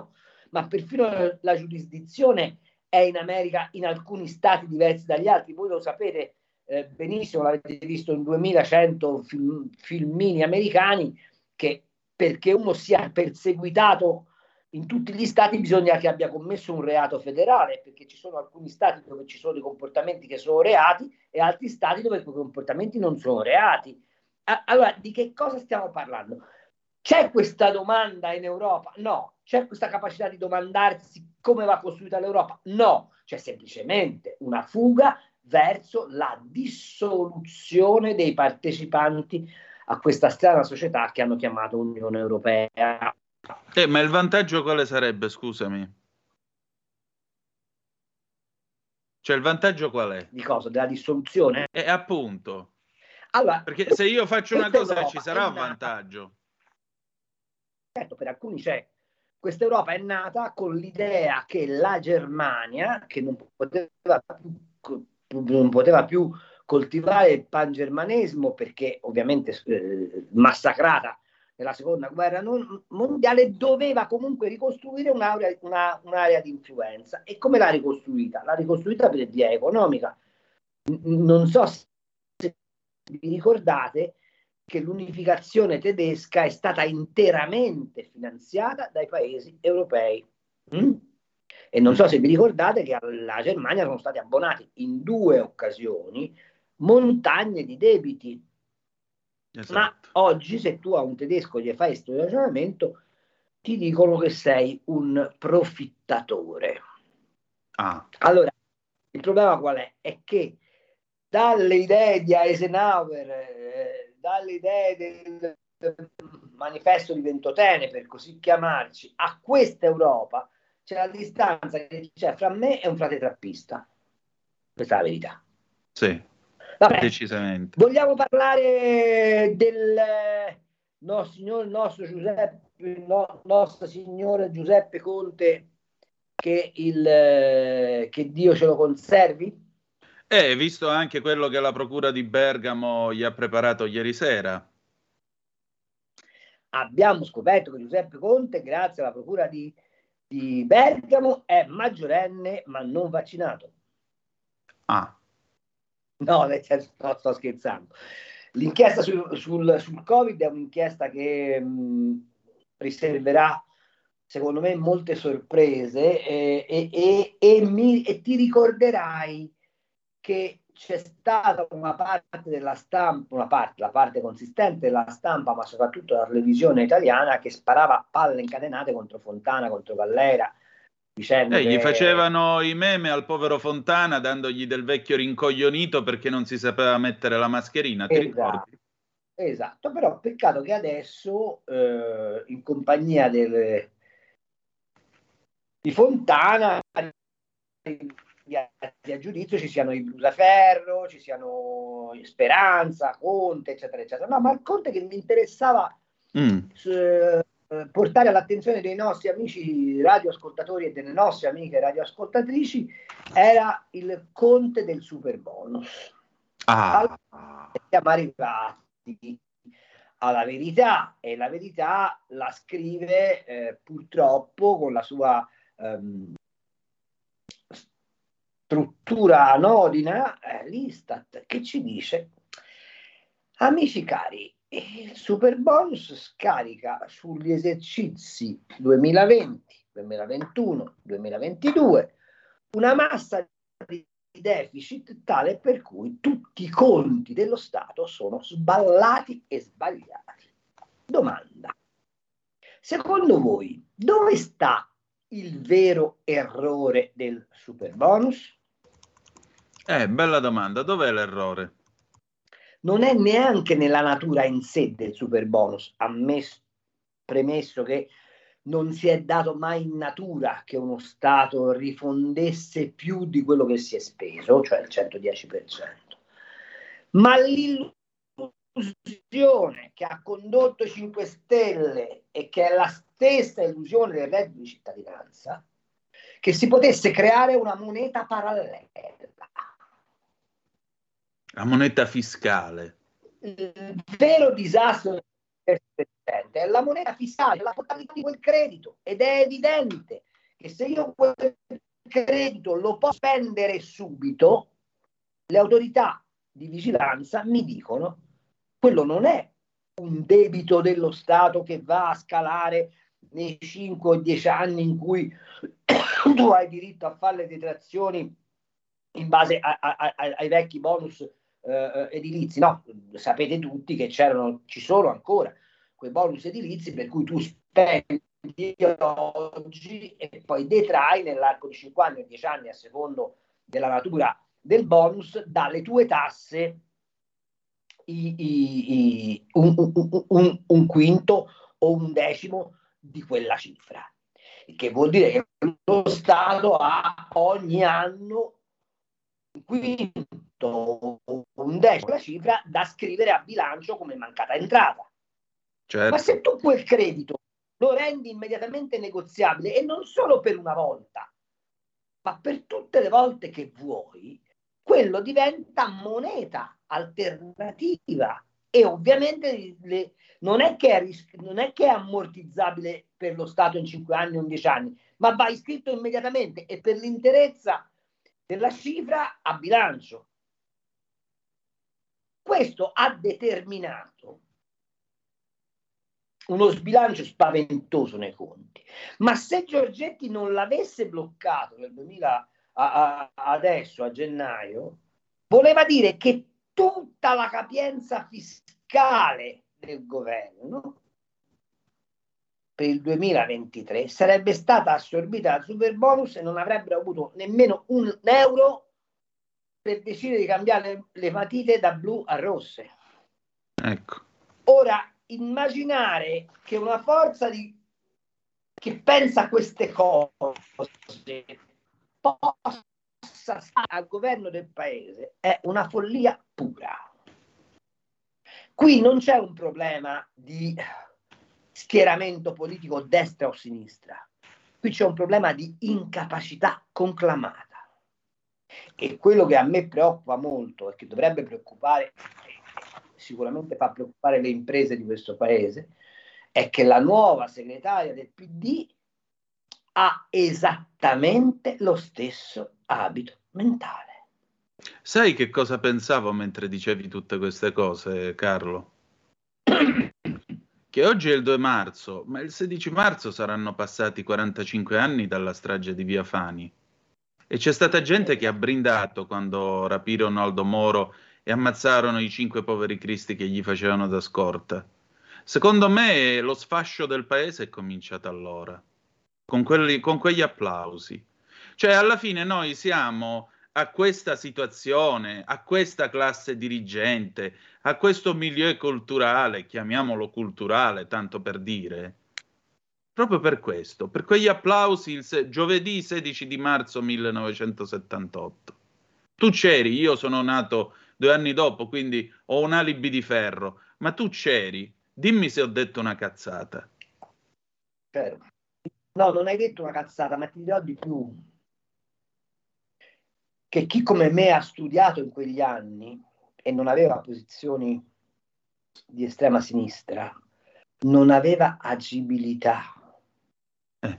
ma perfino la giurisdizione è in America in alcuni stati diversi dagli altri. Voi lo sapete eh, benissimo, l'avete visto in duemilacento film, filmini americani, che perché uno sia perseguitato in tutti gli stati bisogna che abbia commesso un reato federale, perché ci sono alcuni stati dove ci sono dei comportamenti che sono reati e altri stati dove quei comportamenti non sono reati. Allora, di che cosa stiamo parlando? C'è questa domanda in Europa? No. C'è questa capacità di domandarsi come va costruita l'Europa? No. C'è semplicemente una fuga verso la dissoluzione dei partecipanti a questa strana società che hanno chiamato Unione Europea. Eh, ma il vantaggio quale sarebbe, scusami? Cioè il vantaggio qual è? Di cosa? Della dissoluzione? Eh, appunto. Allora, perché se io faccio una cosa Europa ci sarà un nata, vantaggio. Certo, per alcuni c'è. Questa Europa è nata con l'idea che la Germania, che non poteva più, non poteva più coltivare il pangermanesimo perché ovviamente eh, massacrata nella seconda guerra mondiale, doveva comunque ricostruire un'area, una, un'area di influenza. E come l'ha ricostruita? L'ha ricostruita per via economica. Non so se vi ricordate che l'unificazione tedesca è stata interamente finanziata dai paesi europei. Mm? E non so se vi ricordate che alla Germania sono stati abbonati in due occasioni montagne di debiti. Esatto. Ma oggi se tu a un tedesco gli fai questo ragionamento ti dicono che sei un profittatore. Ah. Allora, il problema qual è? È che dalle idee di Eisenhower, eh, dalle idee del, del manifesto di Ventotene, per così chiamarci, a questa Europa c'è la distanza che c'è fra me e un frate trappista. Questa è la verità. Sì, vabbè, decisamente. Vogliamo parlare del nostro signor, nostro Giuseppe, no, nostro signore Giuseppe Conte, che, il, che Dio ce lo conservi? Eh, visto anche quello che la procura di Bergamo gli ha preparato ieri sera. Abbiamo scoperto che Giuseppe Conte, grazie alla procura di, di Bergamo, è maggiorenne ma non vaccinato. Ah. No, nel senso, no, sto scherzando. L'inchiesta sul, sul, sul Covid è un'inchiesta che mh, riserverà, secondo me, molte sorprese e, e, e, e, mi, e ti ricorderai che c'è stata una parte della stampa, una parte, la parte consistente della stampa, ma soprattutto della televisione italiana, che sparava palle incatenate contro Fontana, contro Gallera, dicendo eh, che... gli facevano i meme al povero Fontana dandogli del vecchio rincoglionito perché non si sapeva mettere la mascherina, ti esatto, ricordi? Esatto, però peccato che adesso eh, in compagnia del, di Fontana a giudizio ci siano i Brusaferro, ci siano Speranza, Conte, eccetera, eccetera. No, ma il Conte che mi interessava mm. eh, portare all'attenzione dei nostri amici radioascoltatori e delle nostre amiche radioascoltatrici era il Conte del Superbonus. Ah. Allora, siamo arrivati alla verità e la verità la scrive eh, purtroppo con la sua ehm, struttura anodina, eh, l'Istat, che ci dice: amici cari, il Superbonus scarica sugli esercizi duemilaventi, duemilaventuno, duemilaventidue una massa di deficit tale per cui tutti i conti dello Stato sono sballati e sbagliati. Domanda: secondo voi dove sta il vero errore del Superbonus? Eh, bella domanda, dov'è l'errore? Non è neanche nella natura in sé del Superbonus, ammesso, premesso che non si è dato mai in natura che uno Stato rifondesse più di quello che si è speso, cioè il centodieci per cento. Ma l'illusione che ha condotto i cinque Stelle e che è la stessa illusione del reddito di cittadinanza, che si potesse creare una moneta parallela. La moneta fiscale. Il vero disastro è la moneta fiscale, la totalità di quel credito, ed è evidente che se io quel credito lo posso spendere subito, le autorità di vigilanza mi dicono quello non è un debito dello Stato che va a scalare nei cinque o dieci anni in cui tu hai diritto a fare le detrazioni in base a, a, a, ai vecchi bonus eh, edilizi. No, sapete tutti che c'erano, ci sono ancora quei bonus edilizi per cui tu spendi oggi e poi detrai nell'arco di cinque anni o dieci anni, a secondo della natura del bonus, dalle tue tasse i, i, i, un, un, un, un quinto o un decimo di quella cifra, che vuol dire che lo Stato ha ogni anno un quinto o un decimo della cifra da scrivere a bilancio come mancata entrata. Certo. Ma se tu quel credito lo rendi immediatamente negoziabile, e non solo per una volta, ma per tutte le volte che vuoi, quello diventa moneta alternativa e ovviamente le, non, è che è ris- non è che è ammortizzabile per lo Stato in cinque anni o in dieci anni, ma va iscritto immediatamente e per l'interezza della cifra a bilancio. Questo ha determinato uno sbilancio spaventoso nei conti, ma se Giorgetti non l'avesse bloccato nel duemila a, a, adesso a gennaio, voleva dire che tutta la capienza fiscale del governo per il duemilaventitré sarebbe stata assorbita dal superbonus e non avrebbero avuto nemmeno un euro per decidere di cambiare le matite da blu a rosse. Ecco. Ora, immaginare che una forza di, che pensa a queste cose possa stare al governo del paese è una follia pura. Qui non c'è un problema di schieramento politico destra o sinistra, qui c'è un problema di incapacità conclamata. E quello che a me preoccupa molto e che dovrebbe preoccupare, sicuramente fa preoccupare le imprese di questo paese, è che la nuova segretaria del P D ha esattamente lo stesso abito mentale. Sai che cosa pensavo mentre dicevi tutte queste cose, Carlo? Che oggi è il due marzo, ma il sedici marzo saranno passati quarantacinque anni dalla strage di Via Fani. E c'è stata gente che ha brindato quando rapirono Aldo Moro e ammazzarono i cinque poveri cristi che gli facevano da scorta. Secondo me lo sfascio del paese è cominciato allora, con, quelli, con quegli applausi. Cioè alla fine noi siamo a questa situazione, a questa classe dirigente, a questo milieu culturale, chiamiamolo culturale, tanto per dire, proprio per questo, per quegli applausi il se- giovedì sedici di marzo millenovecentosettantotto. Tu c'eri, io sono nato due anni dopo, quindi ho un alibi di ferro, ma tu c'eri, dimmi se ho detto una cazzata. No, non hai detto una cazzata, ma ti dirò di più. Che chi come me ha studiato in quegli anni e non aveva posizioni di estrema sinistra, non aveva agibilità. Eh.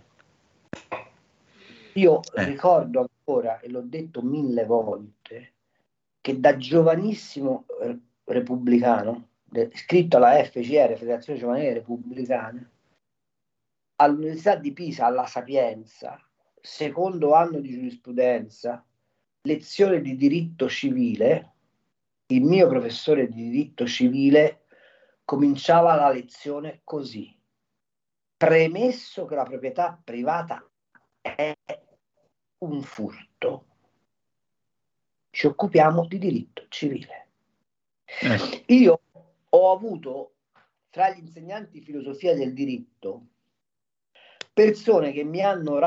Io Eh. ricordo ancora, e l'ho detto mille volte, che da giovanissimo eh, repubblicano, de- iscritto alla F C R, Federazione Giovanile Repubblicana, all'Università di Pisa, alla Sapienza, secondo anno di giurisprudenza, lezione di diritto civile, il mio professore di diritto civile cominciava la lezione così: premesso che la proprietà privata è un furto, ci occupiamo di diritto civile. Eh. Io ho avuto tra gli insegnanti di filosofia del diritto persone che mi hanno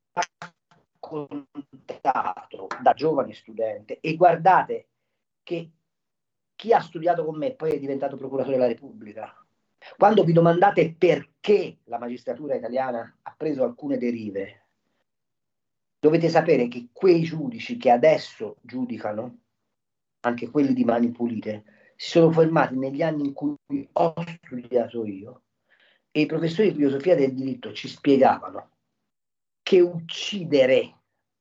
raccontato da giovane studente, e guardate che chi ha studiato con me poi è diventato procuratore della Repubblica. Quando vi domandate perché la magistratura italiana ha preso alcune derive, dovete sapere che quei giudici che adesso giudicano, anche quelli di Mani Pulite, si sono formati negli anni in cui ho studiato io, e i professori di filosofia del diritto ci spiegavano che che uccidere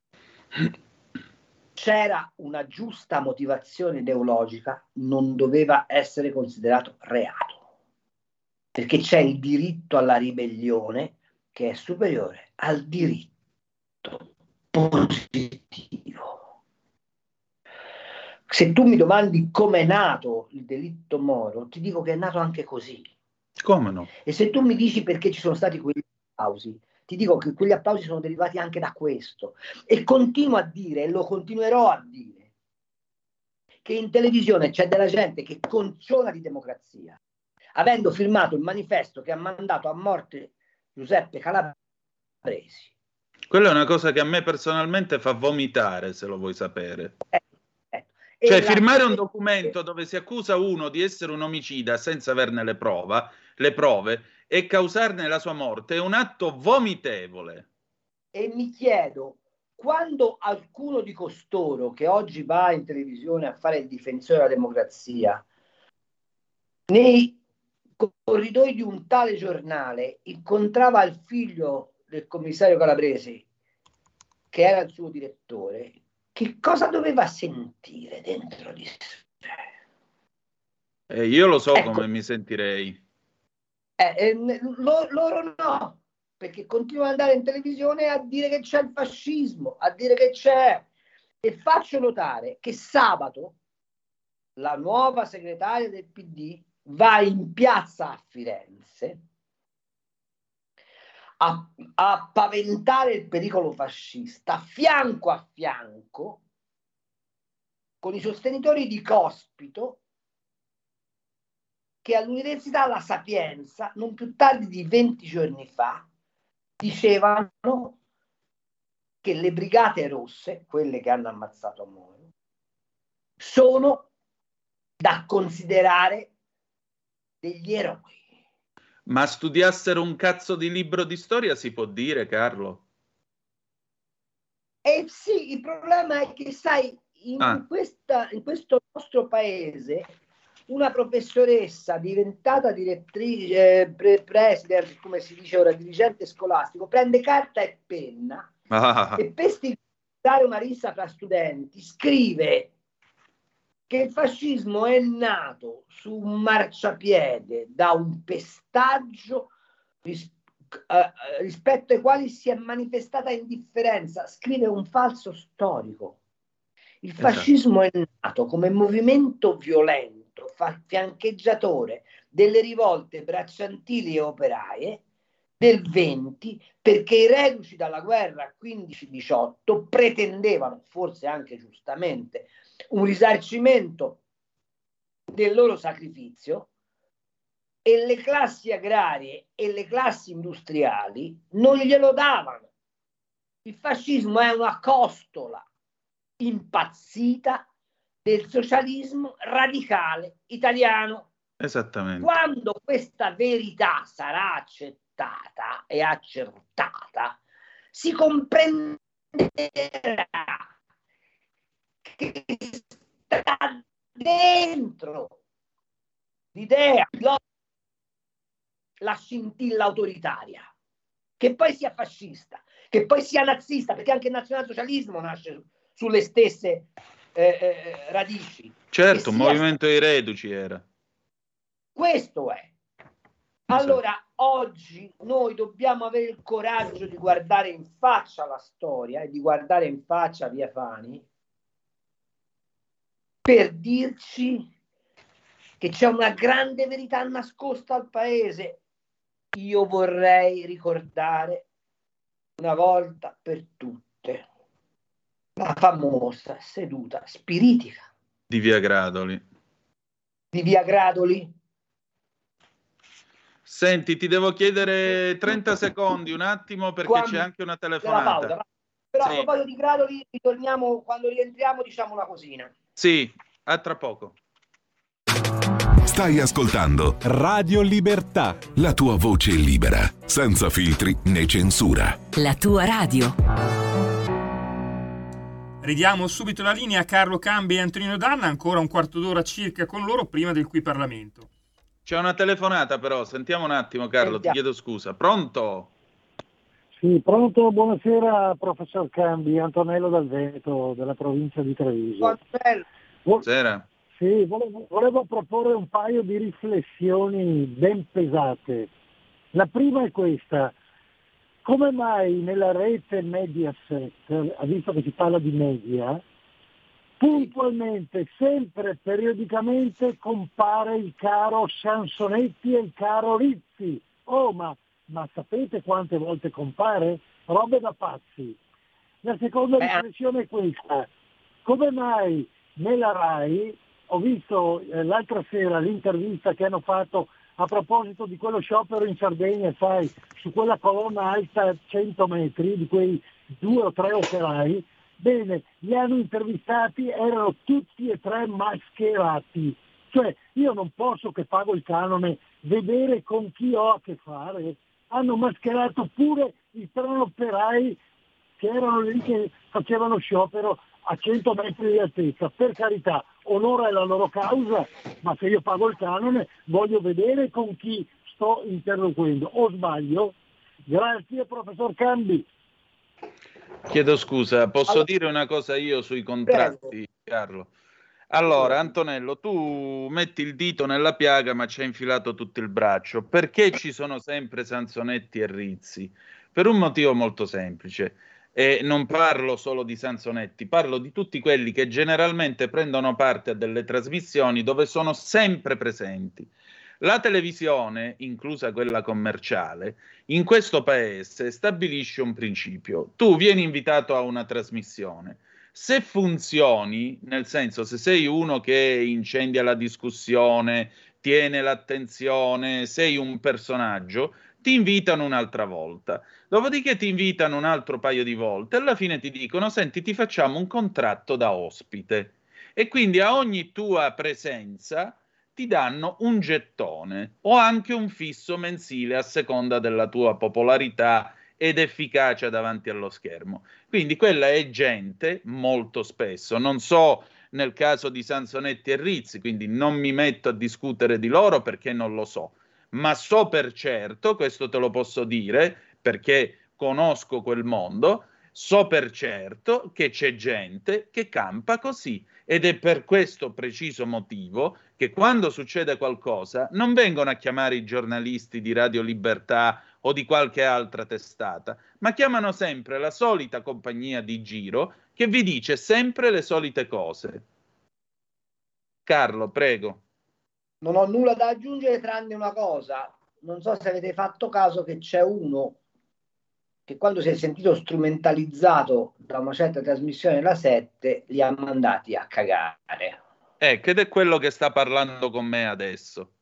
c'era una giusta motivazione ideologica, non doveva essere considerato reato, perché c'è il diritto alla ribellione che è superiore al diritto positivo. Se tu mi domandi come è nato il delitto Moro, ti dico che è nato anche così. Come no? E se tu mi dici perché ci sono stati quegli applausi, ti dico che quegli applausi sono derivati anche da questo. E continuo a dire, e lo continuerò a dire, che in televisione c'è della gente che conciona di democrazia, avendo firmato il manifesto che ha mandato a morte Giuseppe Calabresi. Quella è una cosa che a me personalmente fa vomitare, se lo vuoi sapere. Eh, eh. Cioè, E firmare la- un documento dove si accusa uno di essere un omicida senza averne le prova, le prove e causarne la sua morte è un atto vomitevole. E mi chiedo, quando alcuno di costoro che oggi va in televisione a fare il difensore della democrazia, nei corridoi di un tale giornale incontrava il figlio del commissario Calabresi, che era il suo direttore, che cosa doveva sentire dentro di sé? E io lo so Ecco. come mi sentirei. Eh, eh, n- lo- loro no, perché continuano ad andare in televisione a dire che c'è il fascismo, a dire che c'è. E faccio notare che sabato la nuova segretaria del P D va in piazza a Firenze a, a paventare il pericolo fascista fianco a fianco con i sostenitori di Cospito, che all'Università La Sapienza, non più tardi di venti giorni fa, dicevano che le brigate rosse, quelle che hanno ammazzato Moro, sono da considerare degli eroi. Ma studiassero un cazzo di libro di storia, si può dire, Carlo? E sì, il problema è che, sai, in, Ah. questa, in questo nostro paese una professoressa diventata direttrice, eh, pre- president, come si dice ora, dirigente scolastico, prende carta e penna Ah. e per stigmatizzare una rissa fra studenti scrive che il fascismo è nato su un marciapiede da un pestaggio ris- eh, rispetto ai quali si è manifestata indifferenza. Scrive un falso storico. Il Esatto. fascismo è nato come movimento violento, fa- fiancheggiatore delle rivolte bracciantili e operaie del venti, perché i reduci dalla guerra quindici diciotto pretendevano, forse anche giustamente, un risarcimento del loro sacrificio e le classi agrarie e le classi industriali non glielo davano. Il fascismo è una costola impazzita del socialismo radicale italiano. Esattamente. Quando questa verità sarà accettata e accertata, si comprenderà che sta dentro l'idea, la scintilla autoritaria, che poi sia fascista, che poi sia nazista, perché anche il nazionalsocialismo nasce su- sulle stesse eh, eh, radici. Certo, Che un sia- movimento dei reduci era. Questo è. Allora, oggi noi dobbiamo avere il coraggio di guardare in faccia la storia e di guardare in faccia Via Fani per dirci che c'è una grande verità nascosta al paese. Io vorrei ricordare una volta per tutte la famosa seduta spiritica Di Via Gradoli. di Via Gradoli. Senti, ti devo chiedere trenta secondi, un attimo, perché Quando- c'è anche una della telefonata. pausa, va. Però Sì. a proposito di Gradoli, ritorniamo, quando rientriamo diciamo una cosina. Sì, a tra poco. Stai ascoltando Radio Libertà. la tua voce libera, senza filtri né censura. La tua radio. Ridiamo subito la linea a Carlo Cambi e Antonino Danna, ancora un quarto d'ora circa con loro prima del Qui Parlamento. C'è una telefonata però, sentiamo un attimo Carlo, ti Sentiamo. chiedo scusa. Pronto? Sì, pronto, buonasera professor Cambi, Antonello dal Veneto, della provincia di Treviso. Buonasera. Sì, volevo, volevo proporre un paio di riflessioni ben pesate. La prima è questa: come mai nella rete Mediaset, visto che si parla di media, puntualmente, sempre periodicamente compare il caro Sansonetti e il caro Rizzi? Oh, ma, ma sapete quante volte compare? Robe da pazzi. La seconda riflessione è questa: come mai nella RAI, ho visto eh, l'altra sera l'intervista che hanno fatto a proposito di quello sciopero in Sardegna, sai, su quella colonna alta cento metri, di quei due o tre operai, bene, li hanno intervistati, erano tutti e tre mascherati. Cioè, io non posso, che pago il canone, vedere con chi ho a che fare. Hanno mascherato pure i tre operai che erano lì, che facevano sciopero a cento metri di altezza. Per carità, onore alla loro causa, ma se io pago il canone voglio vedere con chi sto interloquendo. O sbaglio? Grazie, professor Cambi. Chiedo scusa, posso Allora- dire una cosa io sui contratti, Carlo? Allora, Antonello, tu metti il dito nella piaga ma ci hai infilato tutto il braccio. Perché ci sono sempre Sansonetti e Rizzi? Per un motivo molto semplice. E non parlo solo di Sansonetti, parlo di tutti quelli che generalmente prendono parte a delle trasmissioni dove sono sempre presenti. La televisione, inclusa quella commerciale, in questo paese stabilisce un principio. Tu vieni invitato a una trasmissione. Se funzioni, nel senso, se sei uno che incendia la discussione, tiene l'attenzione, sei un personaggio, ti invitano un'altra volta. Dopodiché ti invitano un altro paio di volte e alla fine ti dicono: senti, ti facciamo un contratto da ospite. E quindi a ogni tua presenza ti danno un gettone o anche un fisso mensile a seconda della tua popolarità ed efficacia davanti allo schermo. Quindi quella è gente, molto spesso, non so nel caso di Sansonetti e Rizzi, quindi non mi metto a discutere di loro perché non lo so, ma so per certo, questo te lo posso dire perché conosco quel mondo, so per certo che c'è gente che campa così. Ed è per questo preciso motivo che quando succede qualcosa non vengono a chiamare i giornalisti di Radio Libertà o di qualche altra testata, ma chiamano sempre la solita compagnia di giro che vi dice sempre le solite cose. Carlo, prego. Non ho nulla da aggiungere tranne una cosa. Non so se avete fatto caso che c'è uno che quando si è sentito strumentalizzato da una certa trasmissione della sette li ha mandati a cagare. Ecco, ed è quello che sta parlando con me adesso.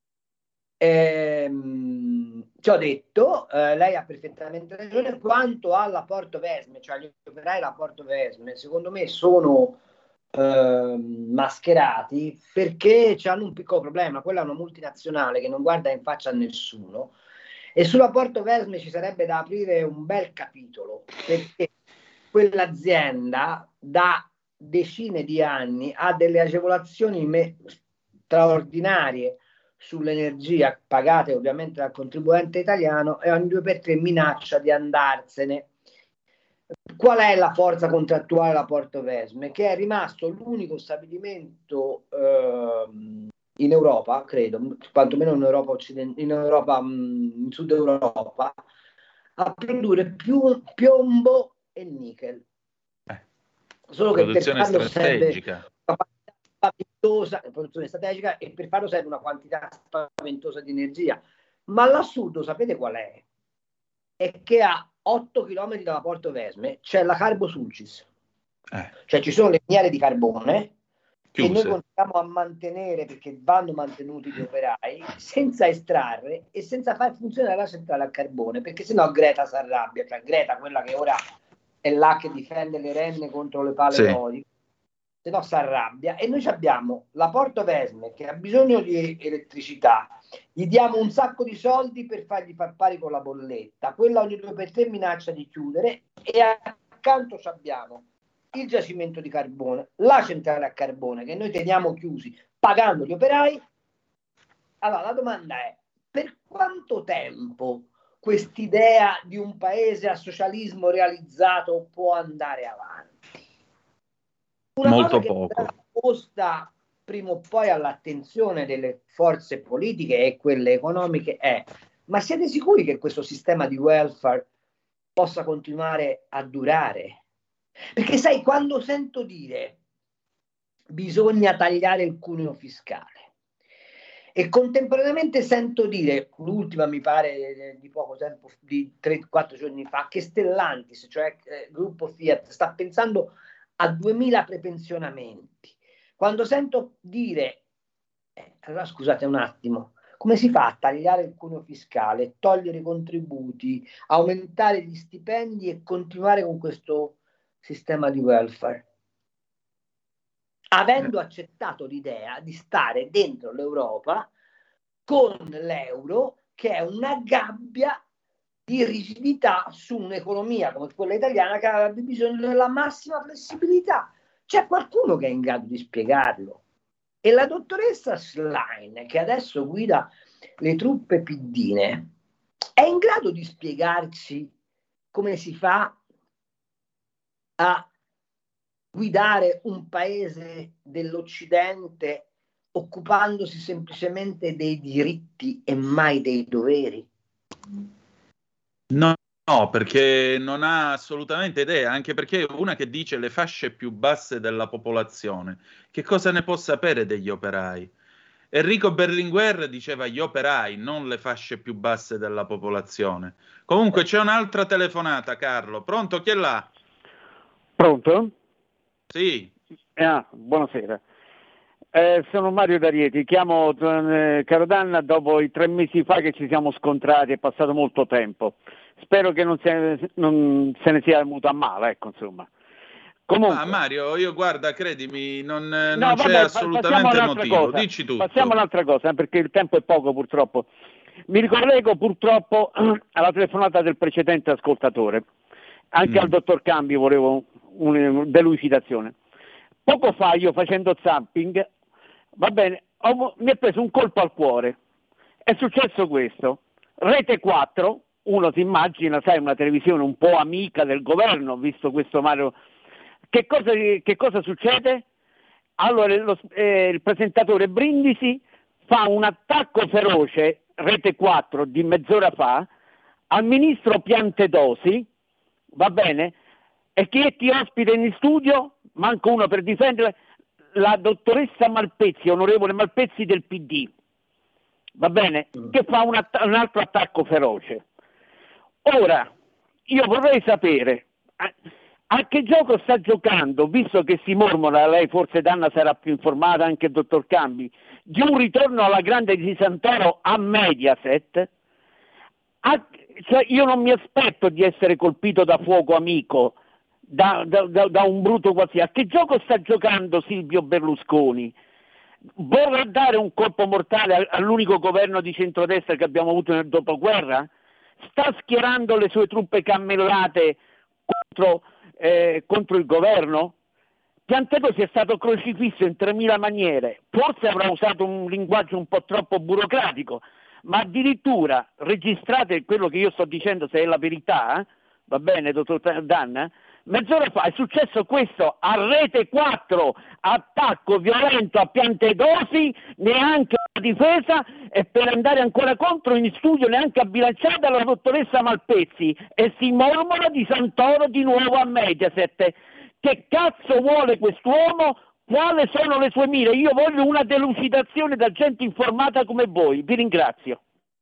Ehm, ci ho detto, eh, lei ha perfettamente ragione, quanto alla Porto Vesme, cioè gli operai della Porto Vesme, secondo me sono ehm, mascherati perché hanno un piccolo problema. Quella è una multinazionale che non guarda in faccia a nessuno, e sulla Porto Vesme ci sarebbe da aprire un bel capitolo, perché quell'azienda da decine di anni ha delle agevolazioni me- straordinarie sull'energia, pagate ovviamente dal contribuente italiano, e ogni due per tre minaccia di andarsene. Qual è la forza contrattuale della Porto Vesme? Che è rimasto l'unico stabilimento ehm, in Europa, credo, quantomeno in Europa occidentale, in Europa, mh, in Sud Europa, a produrre più piombo e nickel. Solo che per Produzione farlo strategica. serve una quantità spaventosa, produzione strategica, e per farlo serve una quantità spaventosa di energia. Ma l'assurdo, sapete qual è? È che a otto chilometri dalla Porto Vesme c'è la Carbo Sulcis. Eh. Cioè ci sono le miniere di carbone che noi Chiuse. continuiamo a mantenere perché vanno mantenuti gli operai senza estrarre e senza far funzionare la centrale a carbone, perché sennò Greta si arrabbia, cioè Greta, quella che ora è là che difende le renne contro le pale Sì. eoliche, se no si arrabbia. E noi abbiamo la Porto Vesme che ha bisogno di elettricità, gli diamo un sacco di soldi per fargli far pari con la bolletta, quella ogni due per tre minaccia di chiudere, e accanto ci abbiamo il giacimento di carbone, la centrale a carbone che noi teniamo chiusi pagando gli operai. Allora la domanda è: per quanto tempo quest'idea di un paese a socialismo realizzato può andare avanti. Una Molto cosa che poco. verrà posta prima o poi all'attenzione delle forze politiche e quelle economiche è: ma siete sicuri che questo sistema di welfare possa continuare a durare? Perché sai, quando sento dire bisogna tagliare il cuneo fiscale e contemporaneamente sento dire, l'ultima mi pare di poco tempo, di tre quattro giorni fa, che Stellantis, cioè eh, gruppo Fiat, sta pensando a duemila prepensionamenti. Quando sento dire, eh, allora scusate un attimo, come si fa a tagliare il cuneo fiscale, togliere i contributi, aumentare gli stipendi e continuare con questo sistema di welfare? Avendo accettato l'idea di stare dentro l'Europa con l'euro, che è una gabbia di rigidità su un'economia come quella italiana che ha bisogno della massima flessibilità. C'è qualcuno che è in grado di spiegarlo? E la dottoressa Schlein, che adesso guida le truppe piddine, è in grado di spiegarci come si fa a guidare un paese dell'Occidente occupandosi semplicemente dei diritti e mai dei doveri? No, no, perché non ha assolutamente idea, anche perché è una che dice le fasce più basse della popolazione. Che cosa ne può sapere degli operai? Enrico Berlinguer diceva gli operai, non le fasce più basse della popolazione. Comunque c'è un'altra telefonata, Carlo. Pronto? Chi è là? Pronto? Sì. Ah, buonasera. Eh, sono Mario D'Arieti, chiamo eh, caro Danna dopo i tre mesi fa che ci siamo scontrati, è passato molto tempo. Spero che non se, non se ne sia venuto a male, ecco, insomma. Comunque, ah, Mario, io guarda, credimi, non, non no, c'è vabbè, assolutamente motivo. Cosa. Dici tutto. Passiamo all'altra cosa, eh, perché il tempo è poco purtroppo. Mi ricollego purtroppo alla telefonata del precedente ascoltatore. Anche mm. al dottor Cambi volevo una delucidazione. Poco fa io facendo zapping, va bene, ho, mi è preso un colpo al cuore. È successo questo. Rete quattro, uno si immagina, sai, una televisione un po' amica del governo, visto questo Mario. Che cosa, che cosa succede? Allora lo, eh, il presentatore Brindisi fa un attacco feroce, Rete quattro di mezz'ora fa, al ministro Piantedosi, va bene? E chi è ti ospita in studio? Manco uno per difendere la dottoressa Malpezzi, onorevole Malpezzi del P D, va bene? Che fa un, att- un altro attacco feroce. Ora, io vorrei sapere a, a che gioco sta giocando, visto che si mormora, lei forse Danna sarà più informata, anche il dottor Cambi, di un ritorno alla grande di Santoro a Mediaset. A, cioè io non mi aspetto di essere colpito da fuoco amico, Da, da, da, da un bruto qualsiasi. A che gioco sta giocando Silvio Berlusconi? Vorrà dare un colpo mortale all'unico governo di centrodestra che abbiamo avuto nel dopoguerra? Sta schierando le sue truppe cammellate contro, eh, contro il governo? Piantedosi è stato crocifisso in tremila maniere, forse avrà usato un linguaggio un po' troppo burocratico, ma addirittura, registrate quello che io sto dicendo se è la verità, eh? Va bene, dottor Danna? Mezz'ora fa è successo questo a Rete quattro, attacco violento a Piantedosi, neanche a difesa, e per andare ancora contro in studio neanche a bilanciata la dottoressa Malpezzi, e si mormora di Santoro di nuovo a Mediaset. Che cazzo vuole quest'uomo? Quali sono le sue mire? Io voglio una delucidazione da gente informata come voi. Vi ringrazio.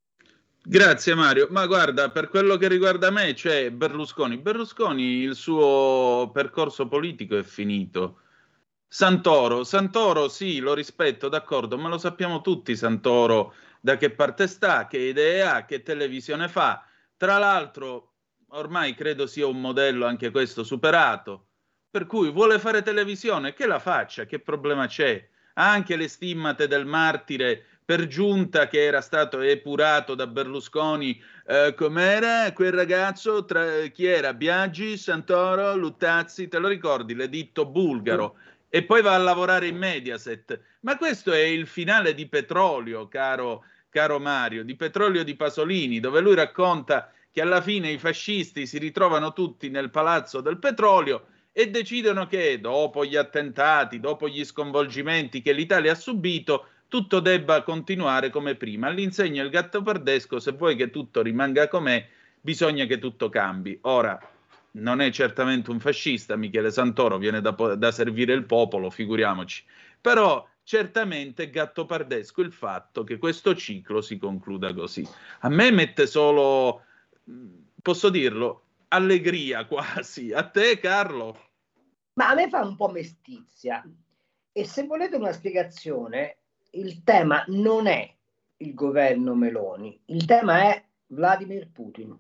Grazie Mario, ma guarda, per quello che riguarda me, cioè Berlusconi, Berlusconi il suo percorso politico è finito. Santoro, Santoro sì, lo rispetto, d'accordo, ma lo sappiamo tutti Santoro da che parte sta, che idee ha, che televisione fa. Tra l'altro, ormai credo sia un modello anche questo superato, per cui vuole fare televisione, che la faccia, che problema c'è? Ha anche le stimmate del martire per giunta che era stato epurato da Berlusconi, eh, com'era quel ragazzo, tra, chi era? Biagi, Santoro, Luttazzi, te lo ricordi? L'editto bulgaro. E poi va a lavorare in Mediaset. Ma questo è il finale di Petrolio, caro, caro Mario, di Petrolio di Pasolini, dove lui racconta che alla fine i fascisti si ritrovano tutti nel palazzo del petrolio e decidono che dopo gli attentati, dopo gli sconvolgimenti che l'Italia ha subito, tutto debba continuare come prima. All'insegna il Gattopardesco, se vuoi che tutto rimanga com'è, bisogna che tutto cambi. Ora, non è certamente un fascista, Michele Santoro viene da, da servire il popolo, figuriamoci. Però certamente è gattopardesco il fatto che questo ciclo si concluda così. A me mette solo, posso dirlo, allegria quasi. A te, Carlo? Ma a me fa un po' mestizia. E se volete una spiegazione, il tema non è il governo Meloni, il tema è Vladimir Putin.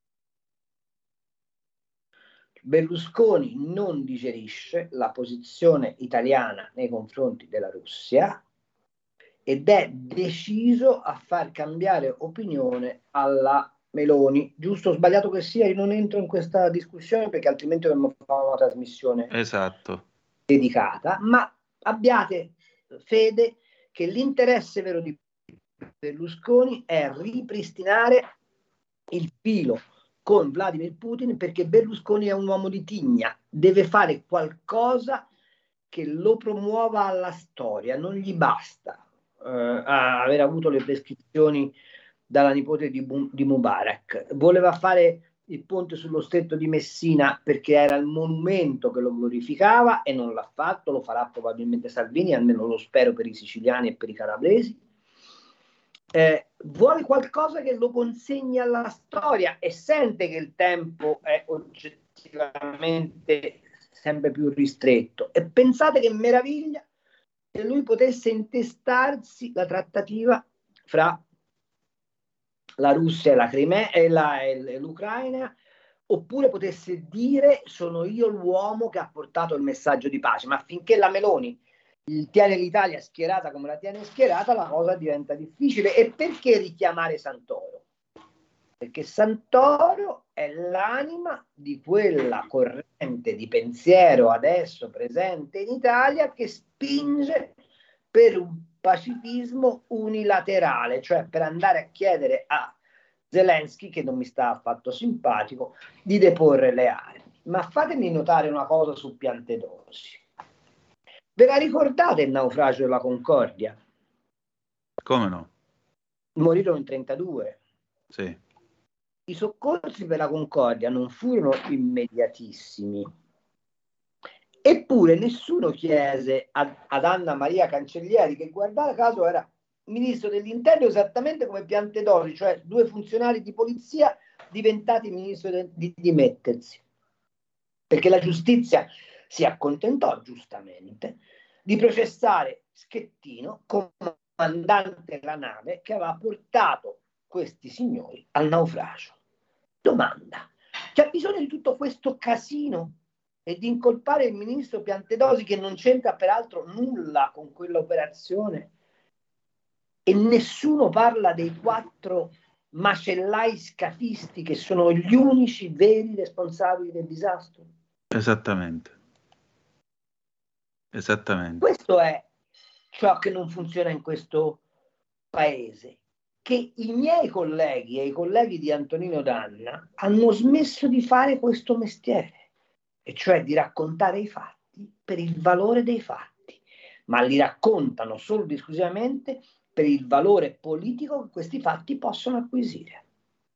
Berlusconi non digerisce la posizione italiana nei confronti della Russia ed è deciso a far cambiare opinione alla Meloni. Giusto o sbagliato che sia, io non entro in questa discussione perché altrimenti dovremmo fare una trasmissione esatto. dedicata, ma abbiate fede che l'interesse vero di Berlusconi è ripristinare il filo con Vladimir Putin, perché Berlusconi è un uomo di tigna, deve fare qualcosa che lo promuova alla storia, non gli basta eh, aver avuto le prescrizioni dalla nipote di, di Mubarak. Voleva fare il ponte sullo stretto di Messina perché era il monumento che lo glorificava e non l'ha fatto, lo farà probabilmente Salvini, almeno lo spero per i siciliani e per i calabresi. Eh, vuole qualcosa che lo consegni alla storia e sente che il tempo è oggettivamente sempre più ristretto. E pensate che meraviglia se lui potesse intestarsi la trattativa fra la Russia e la Crimea e, la, e l'Ucraina, oppure potesse dire sono io l'uomo che ha portato il messaggio di pace. Ma finché la Meloni tiene l'Italia schierata come la tiene schierata, la cosa diventa difficile. E perché richiamare Santoro? Perché Santoro è l'anima di quella corrente di pensiero adesso presente in Italia che spinge per un pacifismo unilaterale, cioè per andare a chiedere a Zelensky, che non mi sta affatto simpatico, di deporre le armi. Ma fatemi notare una cosa su Piantedosi. Ve la ricordate il naufragio della Concordia? Come no? Morirono in trentadue. Sì. I soccorsi per la Concordia non furono immediatissimi. Eppure nessuno chiese ad, ad Anna Maria Cancellieri, che guarda caso era ministro dell'Interno esattamente come Piantedosi, cioè due funzionari di polizia diventati ministro de, di dimettersi. Perché la giustizia si accontentò giustamente di processare Schettino, comandante della nave che aveva portato questi signori al naufragio. Domanda: c'è bisogno di tutto questo casino e di incolpare il ministro Piantedosi, che non c'entra peraltro nulla con quell'operazione, e nessuno parla dei quattro macellai scafisti che sono gli unici veri responsabili del disastro? Esattamente. Esattamente. Questo è ciò che non funziona in questo paese, che i miei colleghi e i colleghi di Antonino Danna hanno smesso di fare questo mestiere, e cioè di raccontare i fatti per il valore dei fatti, ma li raccontano solo ed esclusivamente per il valore politico che questi fatti possono acquisire.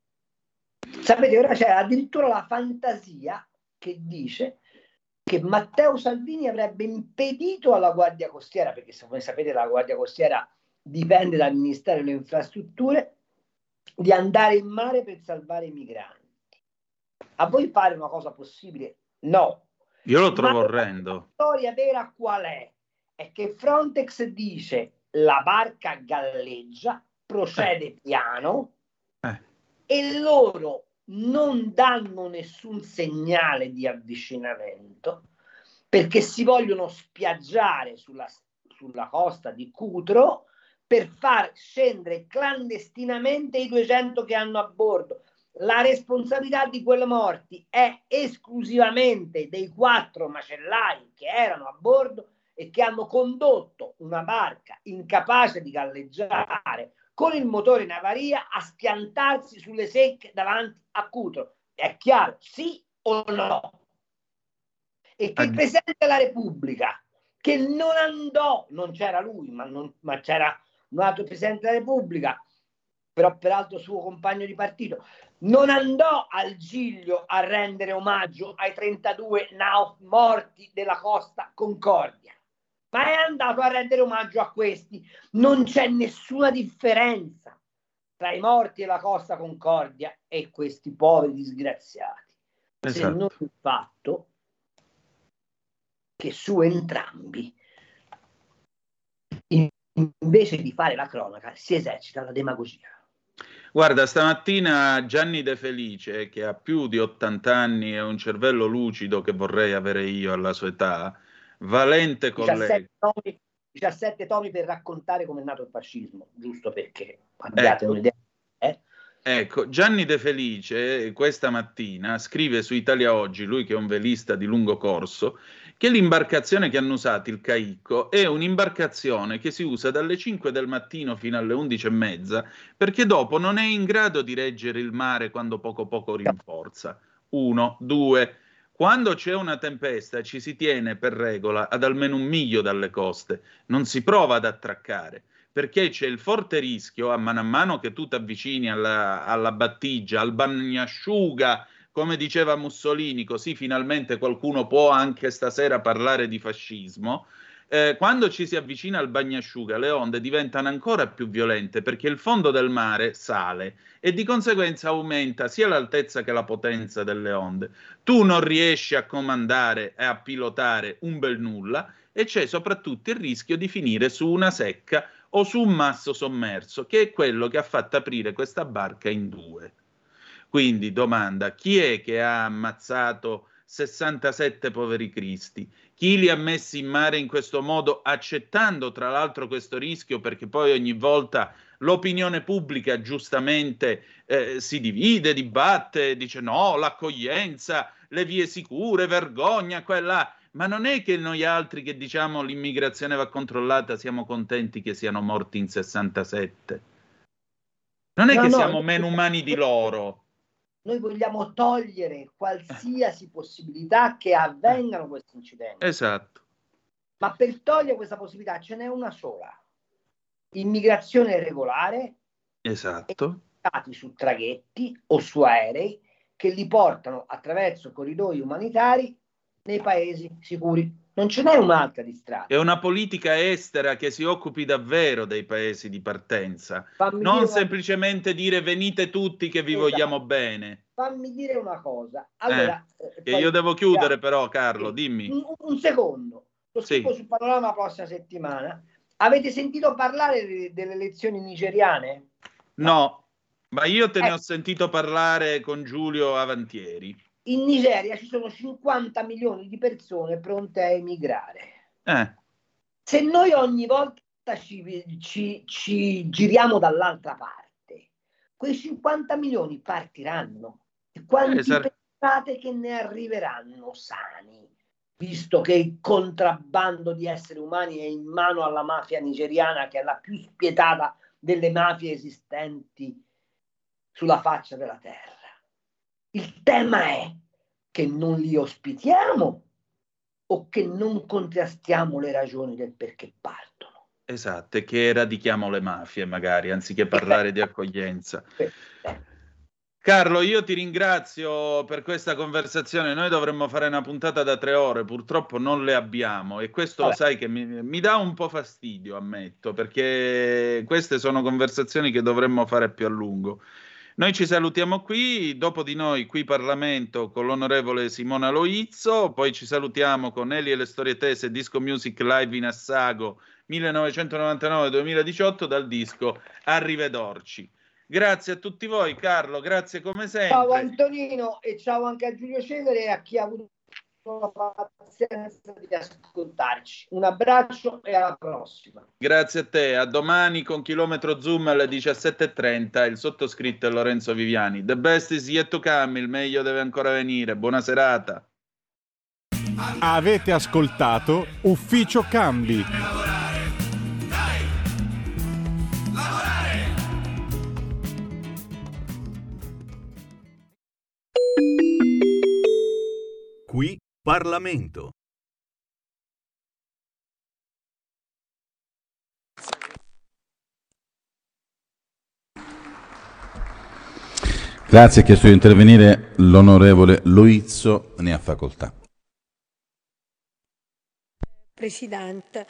Sapete, ora c'è addirittura la fantasia che dice che Matteo Salvini avrebbe impedito alla Guardia Costiera, perché se voi sapete la Guardia Costiera dipende dal Ministero delle Infrastrutture, di andare in mare per salvare i migranti. A voi pare una cosa possibile? No. Io lo trovo Ma orrendo. La storia vera qual è? È che Frontex dice la barca galleggia, procede eh. piano eh. e loro non danno nessun segnale di avvicinamento perché si vogliono spiaggiare sulla, sulla costa di Cutro per far scendere clandestinamente i duecento che hanno a bordo. La responsabilità di quelle morti è esclusivamente dei quattro macellai che erano a bordo e che hanno condotto una barca incapace di galleggiare con il motore in avaria a schiantarsi sulle secche davanti a Cutro. È chiaro, sì o no? E che il Presidente della Repubblica, che non andò, non c'era lui, ma, non, ma c'era un altro Presidente della Repubblica, però peraltro suo compagno di partito, non andò al Giglio a rendere omaggio ai trentadue naufraghi morti della Costa Concordia, ma è andato a rendere omaggio a questi. Non c'è nessuna differenza tra i morti della Costa Concordia e questi poveri disgraziati, esatto. Se non il fatto che su entrambi, invece di fare la cronaca, si esercita la demagogia. Guarda, stamattina Gianni De Felice, che ha più di ottanta anni e un cervello lucido che vorrei avere io alla sua età, valente collega. Tomi, diciassette tomi per raccontare come è nato il fascismo, giusto perché abbiate ecco. un'idea. Eh? Ecco, Gianni De Felice questa mattina scrive su Italia Oggi, lui che è un velista di lungo corso, che l'imbarcazione che hanno usato, il Caicco, è un'imbarcazione che si usa dalle cinque del mattino fino alle undici e mezza, perché dopo non è in grado di reggere il mare quando poco poco rinforza. Uno, due, quando c'è una tempesta ci si tiene per regola ad almeno un miglio dalle coste, non si prova ad attraccare, perché c'è il forte rischio, a mano a mano che tu ti avvicini alla, alla battigia, al bagnasciuga, come diceva Mussolini, così finalmente qualcuno può anche stasera parlare di fascismo, eh, quando ci si avvicina al bagnasciuga le onde diventano ancora più violente perché il fondo del mare sale e di conseguenza aumenta sia l'altezza che la potenza delle onde. Tu non riesci a comandare e a pilotare un bel nulla e c'è soprattutto il rischio di finire su una secca o su un masso sommerso, che è quello che ha fatto aprire questa barca in due. Quindi domanda, chi è che ha ammazzato sessantasette poveri cristi? Chi li ha messi in mare in questo modo, accettando tra l'altro questo rischio, perché poi ogni volta l'opinione pubblica giustamente eh, si divide, dibatte, dice no, l'accoglienza, le vie sicure, vergogna, quella... Ma non è che noi altri che diciamo l'immigrazione va controllata siamo contenti che siano morti in sessantasette? Non è no, che no, siamo meno umani di loro. Noi vogliamo togliere qualsiasi possibilità che avvengano questi incidenti. Esatto. Ma per togliere questa possibilità ce n'è una sola. Immigrazione regolare. Esatto. E su traghetti o su aerei che li portano attraverso corridoi umanitari nei paesi sicuri. Non ce n'è un'altra di strada. È una politica estera che si occupi davvero dei paesi di partenza. Fammi non dire semplicemente una... dire venite tutti che vi esatto. vogliamo bene. Fammi dire una cosa. Allora, eh, eh, che io devo chiudere ya, però, Carlo, dimmi. Un, un secondo. Lo scrivo sì. su Panorama la prossima settimana. Avete sentito parlare delle elezioni nigeriane? No, ma io te eh. ne ho sentito parlare con Giulio avantieri. In Nigeria ci sono cinquanta milioni di persone pronte a emigrare. Eh. Se noi ogni volta ci, ci, ci giriamo dall'altra parte, quei cinquanta milioni partiranno. E quanti eh, pensate che ne arriveranno sani? Visto che il contrabbando di esseri umani è in mano alla mafia nigeriana, che è la più spietata delle mafie esistenti sulla faccia della terra. Il tema è che non li ospitiamo o che non contrastiamo le ragioni del perché partono. Esatto, e che eradichiamo le mafie magari, anziché parlare di accoglienza. Carlo, io ti ringrazio per questa conversazione. Noi dovremmo fare una puntata da tre ore, purtroppo non le abbiamo e questo Vabbè. Lo sai che mi, mi dà un po' fastidio, ammetto, perché queste sono conversazioni che dovremmo fare più a lungo. Noi ci salutiamo qui, dopo di noi qui Parlamento con l'onorevole Simona Loizzo, poi ci salutiamo con Eli e le storie tese, Disco Music Live in Assago millenovecentonovantanove duemiladiciotto dal disco Arrivederci. Grazie a tutti voi, Carlo, grazie come sempre. Ciao Antonino e ciao anche a Giulio Cesare e a chi ha avuto la pazienza di ascoltarci. Un abbraccio e alla prossima. Grazie a te, a domani con Chilometro Zoom alle diciassette e trenta. Il sottoscritto è Lorenzo Viviani. The best is yet to come, il meglio deve ancora venire. Buona serata. Avete ascoltato Ufficio Cambi. Lavorare, dai, lavorare. Parlamento. Grazie, ha chiesto di intervenire l'onorevole Loizzo, ne ha facoltà. Presidente,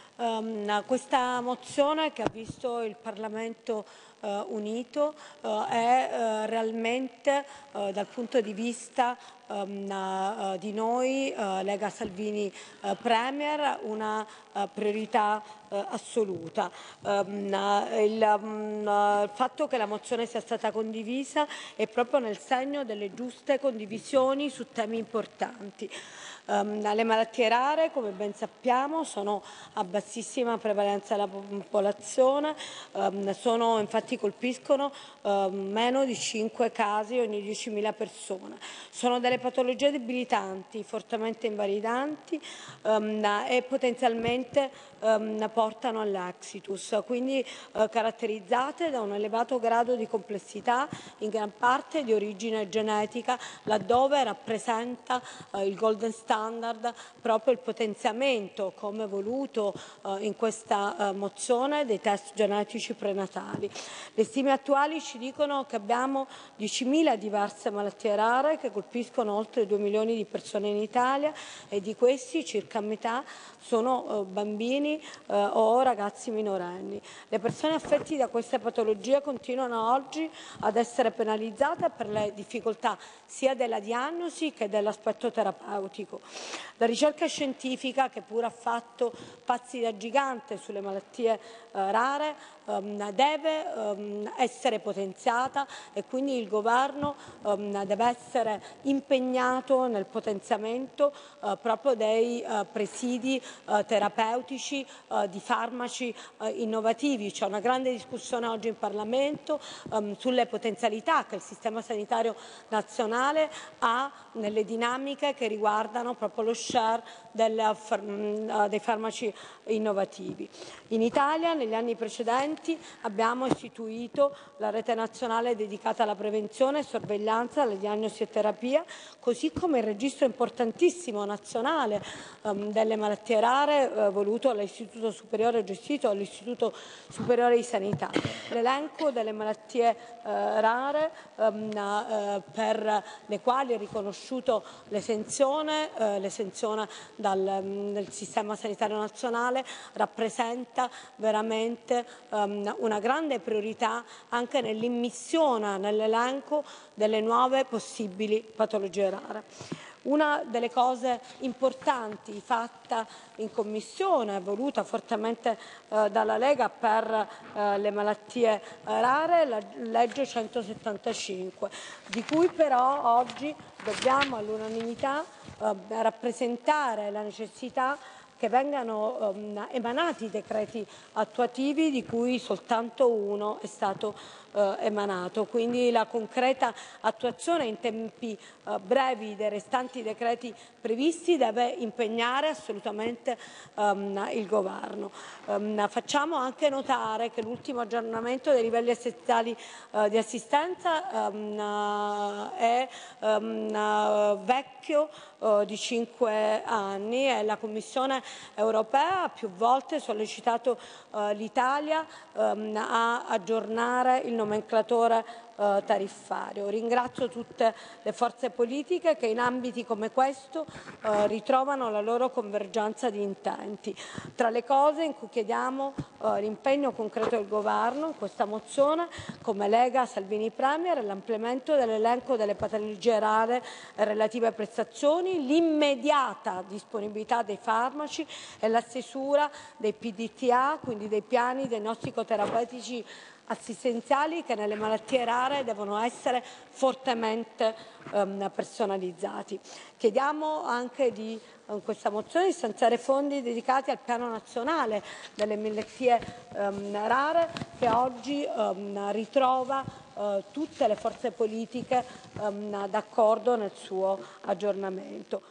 um, questa mozione che ha visto il Parlamento uh, unito uh, è uh, realmente uh, dal punto di vista um, uh, di noi, uh, Lega Salvini uh, Premier, una uh, priorità uh, assoluta. Um, uh, il, um, uh, il fatto che la mozione sia stata condivisa è proprio nel segno delle giuste condivisioni su temi importanti. Um, le malattie rare, come ben sappiamo, sono a bassissima prevalenza della popolazione, um, sono, infatti colpiscono um, meno di cinque casi ogni diecimila persone. Sono delle patologie debilitanti, fortemente invalidanti um, e potenzialmente um, portano all'exitus, quindi uh, caratterizzate da un elevato grado di complessità, in gran parte di origine genetica, laddove rappresenta uh, il golden standard standard proprio il potenziamento, come voluto uh, in questa uh, mozione, dei test genetici prenatali. Le stime attuali ci dicono che abbiamo diecimila diverse malattie rare che colpiscono oltre due milioni di persone in Italia e di questi circa metà sono uh, bambini uh, o ragazzi minorenni. Le persone affette da queste patologie continuano oggi ad essere penalizzate per le difficoltà sia della diagnosi che dell'aspetto terapeutico. La ricerca scientifica, che pure ha fatto passi da gigante sulle malattie eh, rare, ehm, deve ehm, essere potenziata e quindi il Governo ehm, deve essere impegnato nel potenziamento eh, proprio dei eh, presidi eh, terapeutici eh, di farmaci eh, innovativi. C'è una grande discussione oggi in Parlamento ehm, sulle potenzialità che il sistema sanitario nazionale ha nelle dinamiche che riguardano proprio lo share del, dei farmaci innovativi. In Italia negli anni precedenti abbiamo istituito la rete nazionale dedicata alla prevenzione e sorveglianza, alla diagnosi e terapia, così come il registro importantissimo nazionale um, delle malattie rare uh, voluto dall'Istituto Superiore, gestito dall'Istituto Superiore di Sanità. L'elenco delle malattie uh, rare um, uh, per le quali è riconosciuto l'esenzione, uh, l'esenzione dal, um, del sistema sanitario nazionale rappresenta veramente um, una grande priorità anche nell'immissione nell'elenco delle nuove possibili patologie rare. Una delle cose importanti fatta in Commissione, voluta fortemente eh, dalla Lega per eh, le malattie eh, rare, la legge centosettantacinque, di cui però oggi dobbiamo all'unanimità eh, rappresentare la necessità che vengano um, emanati decreti attuativi, di cui soltanto uno è stato uh, emanato. Quindi la concreta attuazione in tempi uh, brevi dei restanti decreti previsti deve impegnare assolutamente um, il Governo. Um, facciamo anche notare che l'ultimo aggiornamento dei livelli essenziali uh, di assistenza um, uh, è um, uh, vecchio uh, di cinque anni e la Commissione europea ha più volte sollecitato uh, l'Italia um, a aggiornare il nomenclatore uh, tariffario. Ringrazio tutte le forze politiche che in ambiti come questo uh, ritrovano la loro convergenza di intenti. Tra le cose in cui chiediamo uh, l'impegno concreto del Governo in questa mozione, come Lega Salvini Premier, è l'ampliamento dell'elenco delle patologie rare e relative prestazioni, l'immediata disponibilità dei farmaci e la stesura dei P D T A, quindi dei piani diagnostico-terapeutici assistenziali che nelle malattie rare devono essere fortemente um, personalizzati. Chiediamo anche di, in questa mozione di stanziare fondi dedicati al piano nazionale delle malattie um, rare che oggi um, ritrova uh, tutte le forze politiche um, d'accordo nel suo aggiornamento.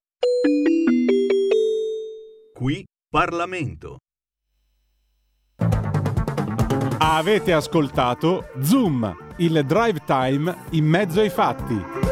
Qui Parlamento. Avete ascoltato Zoom, il drive time in mezzo ai fatti.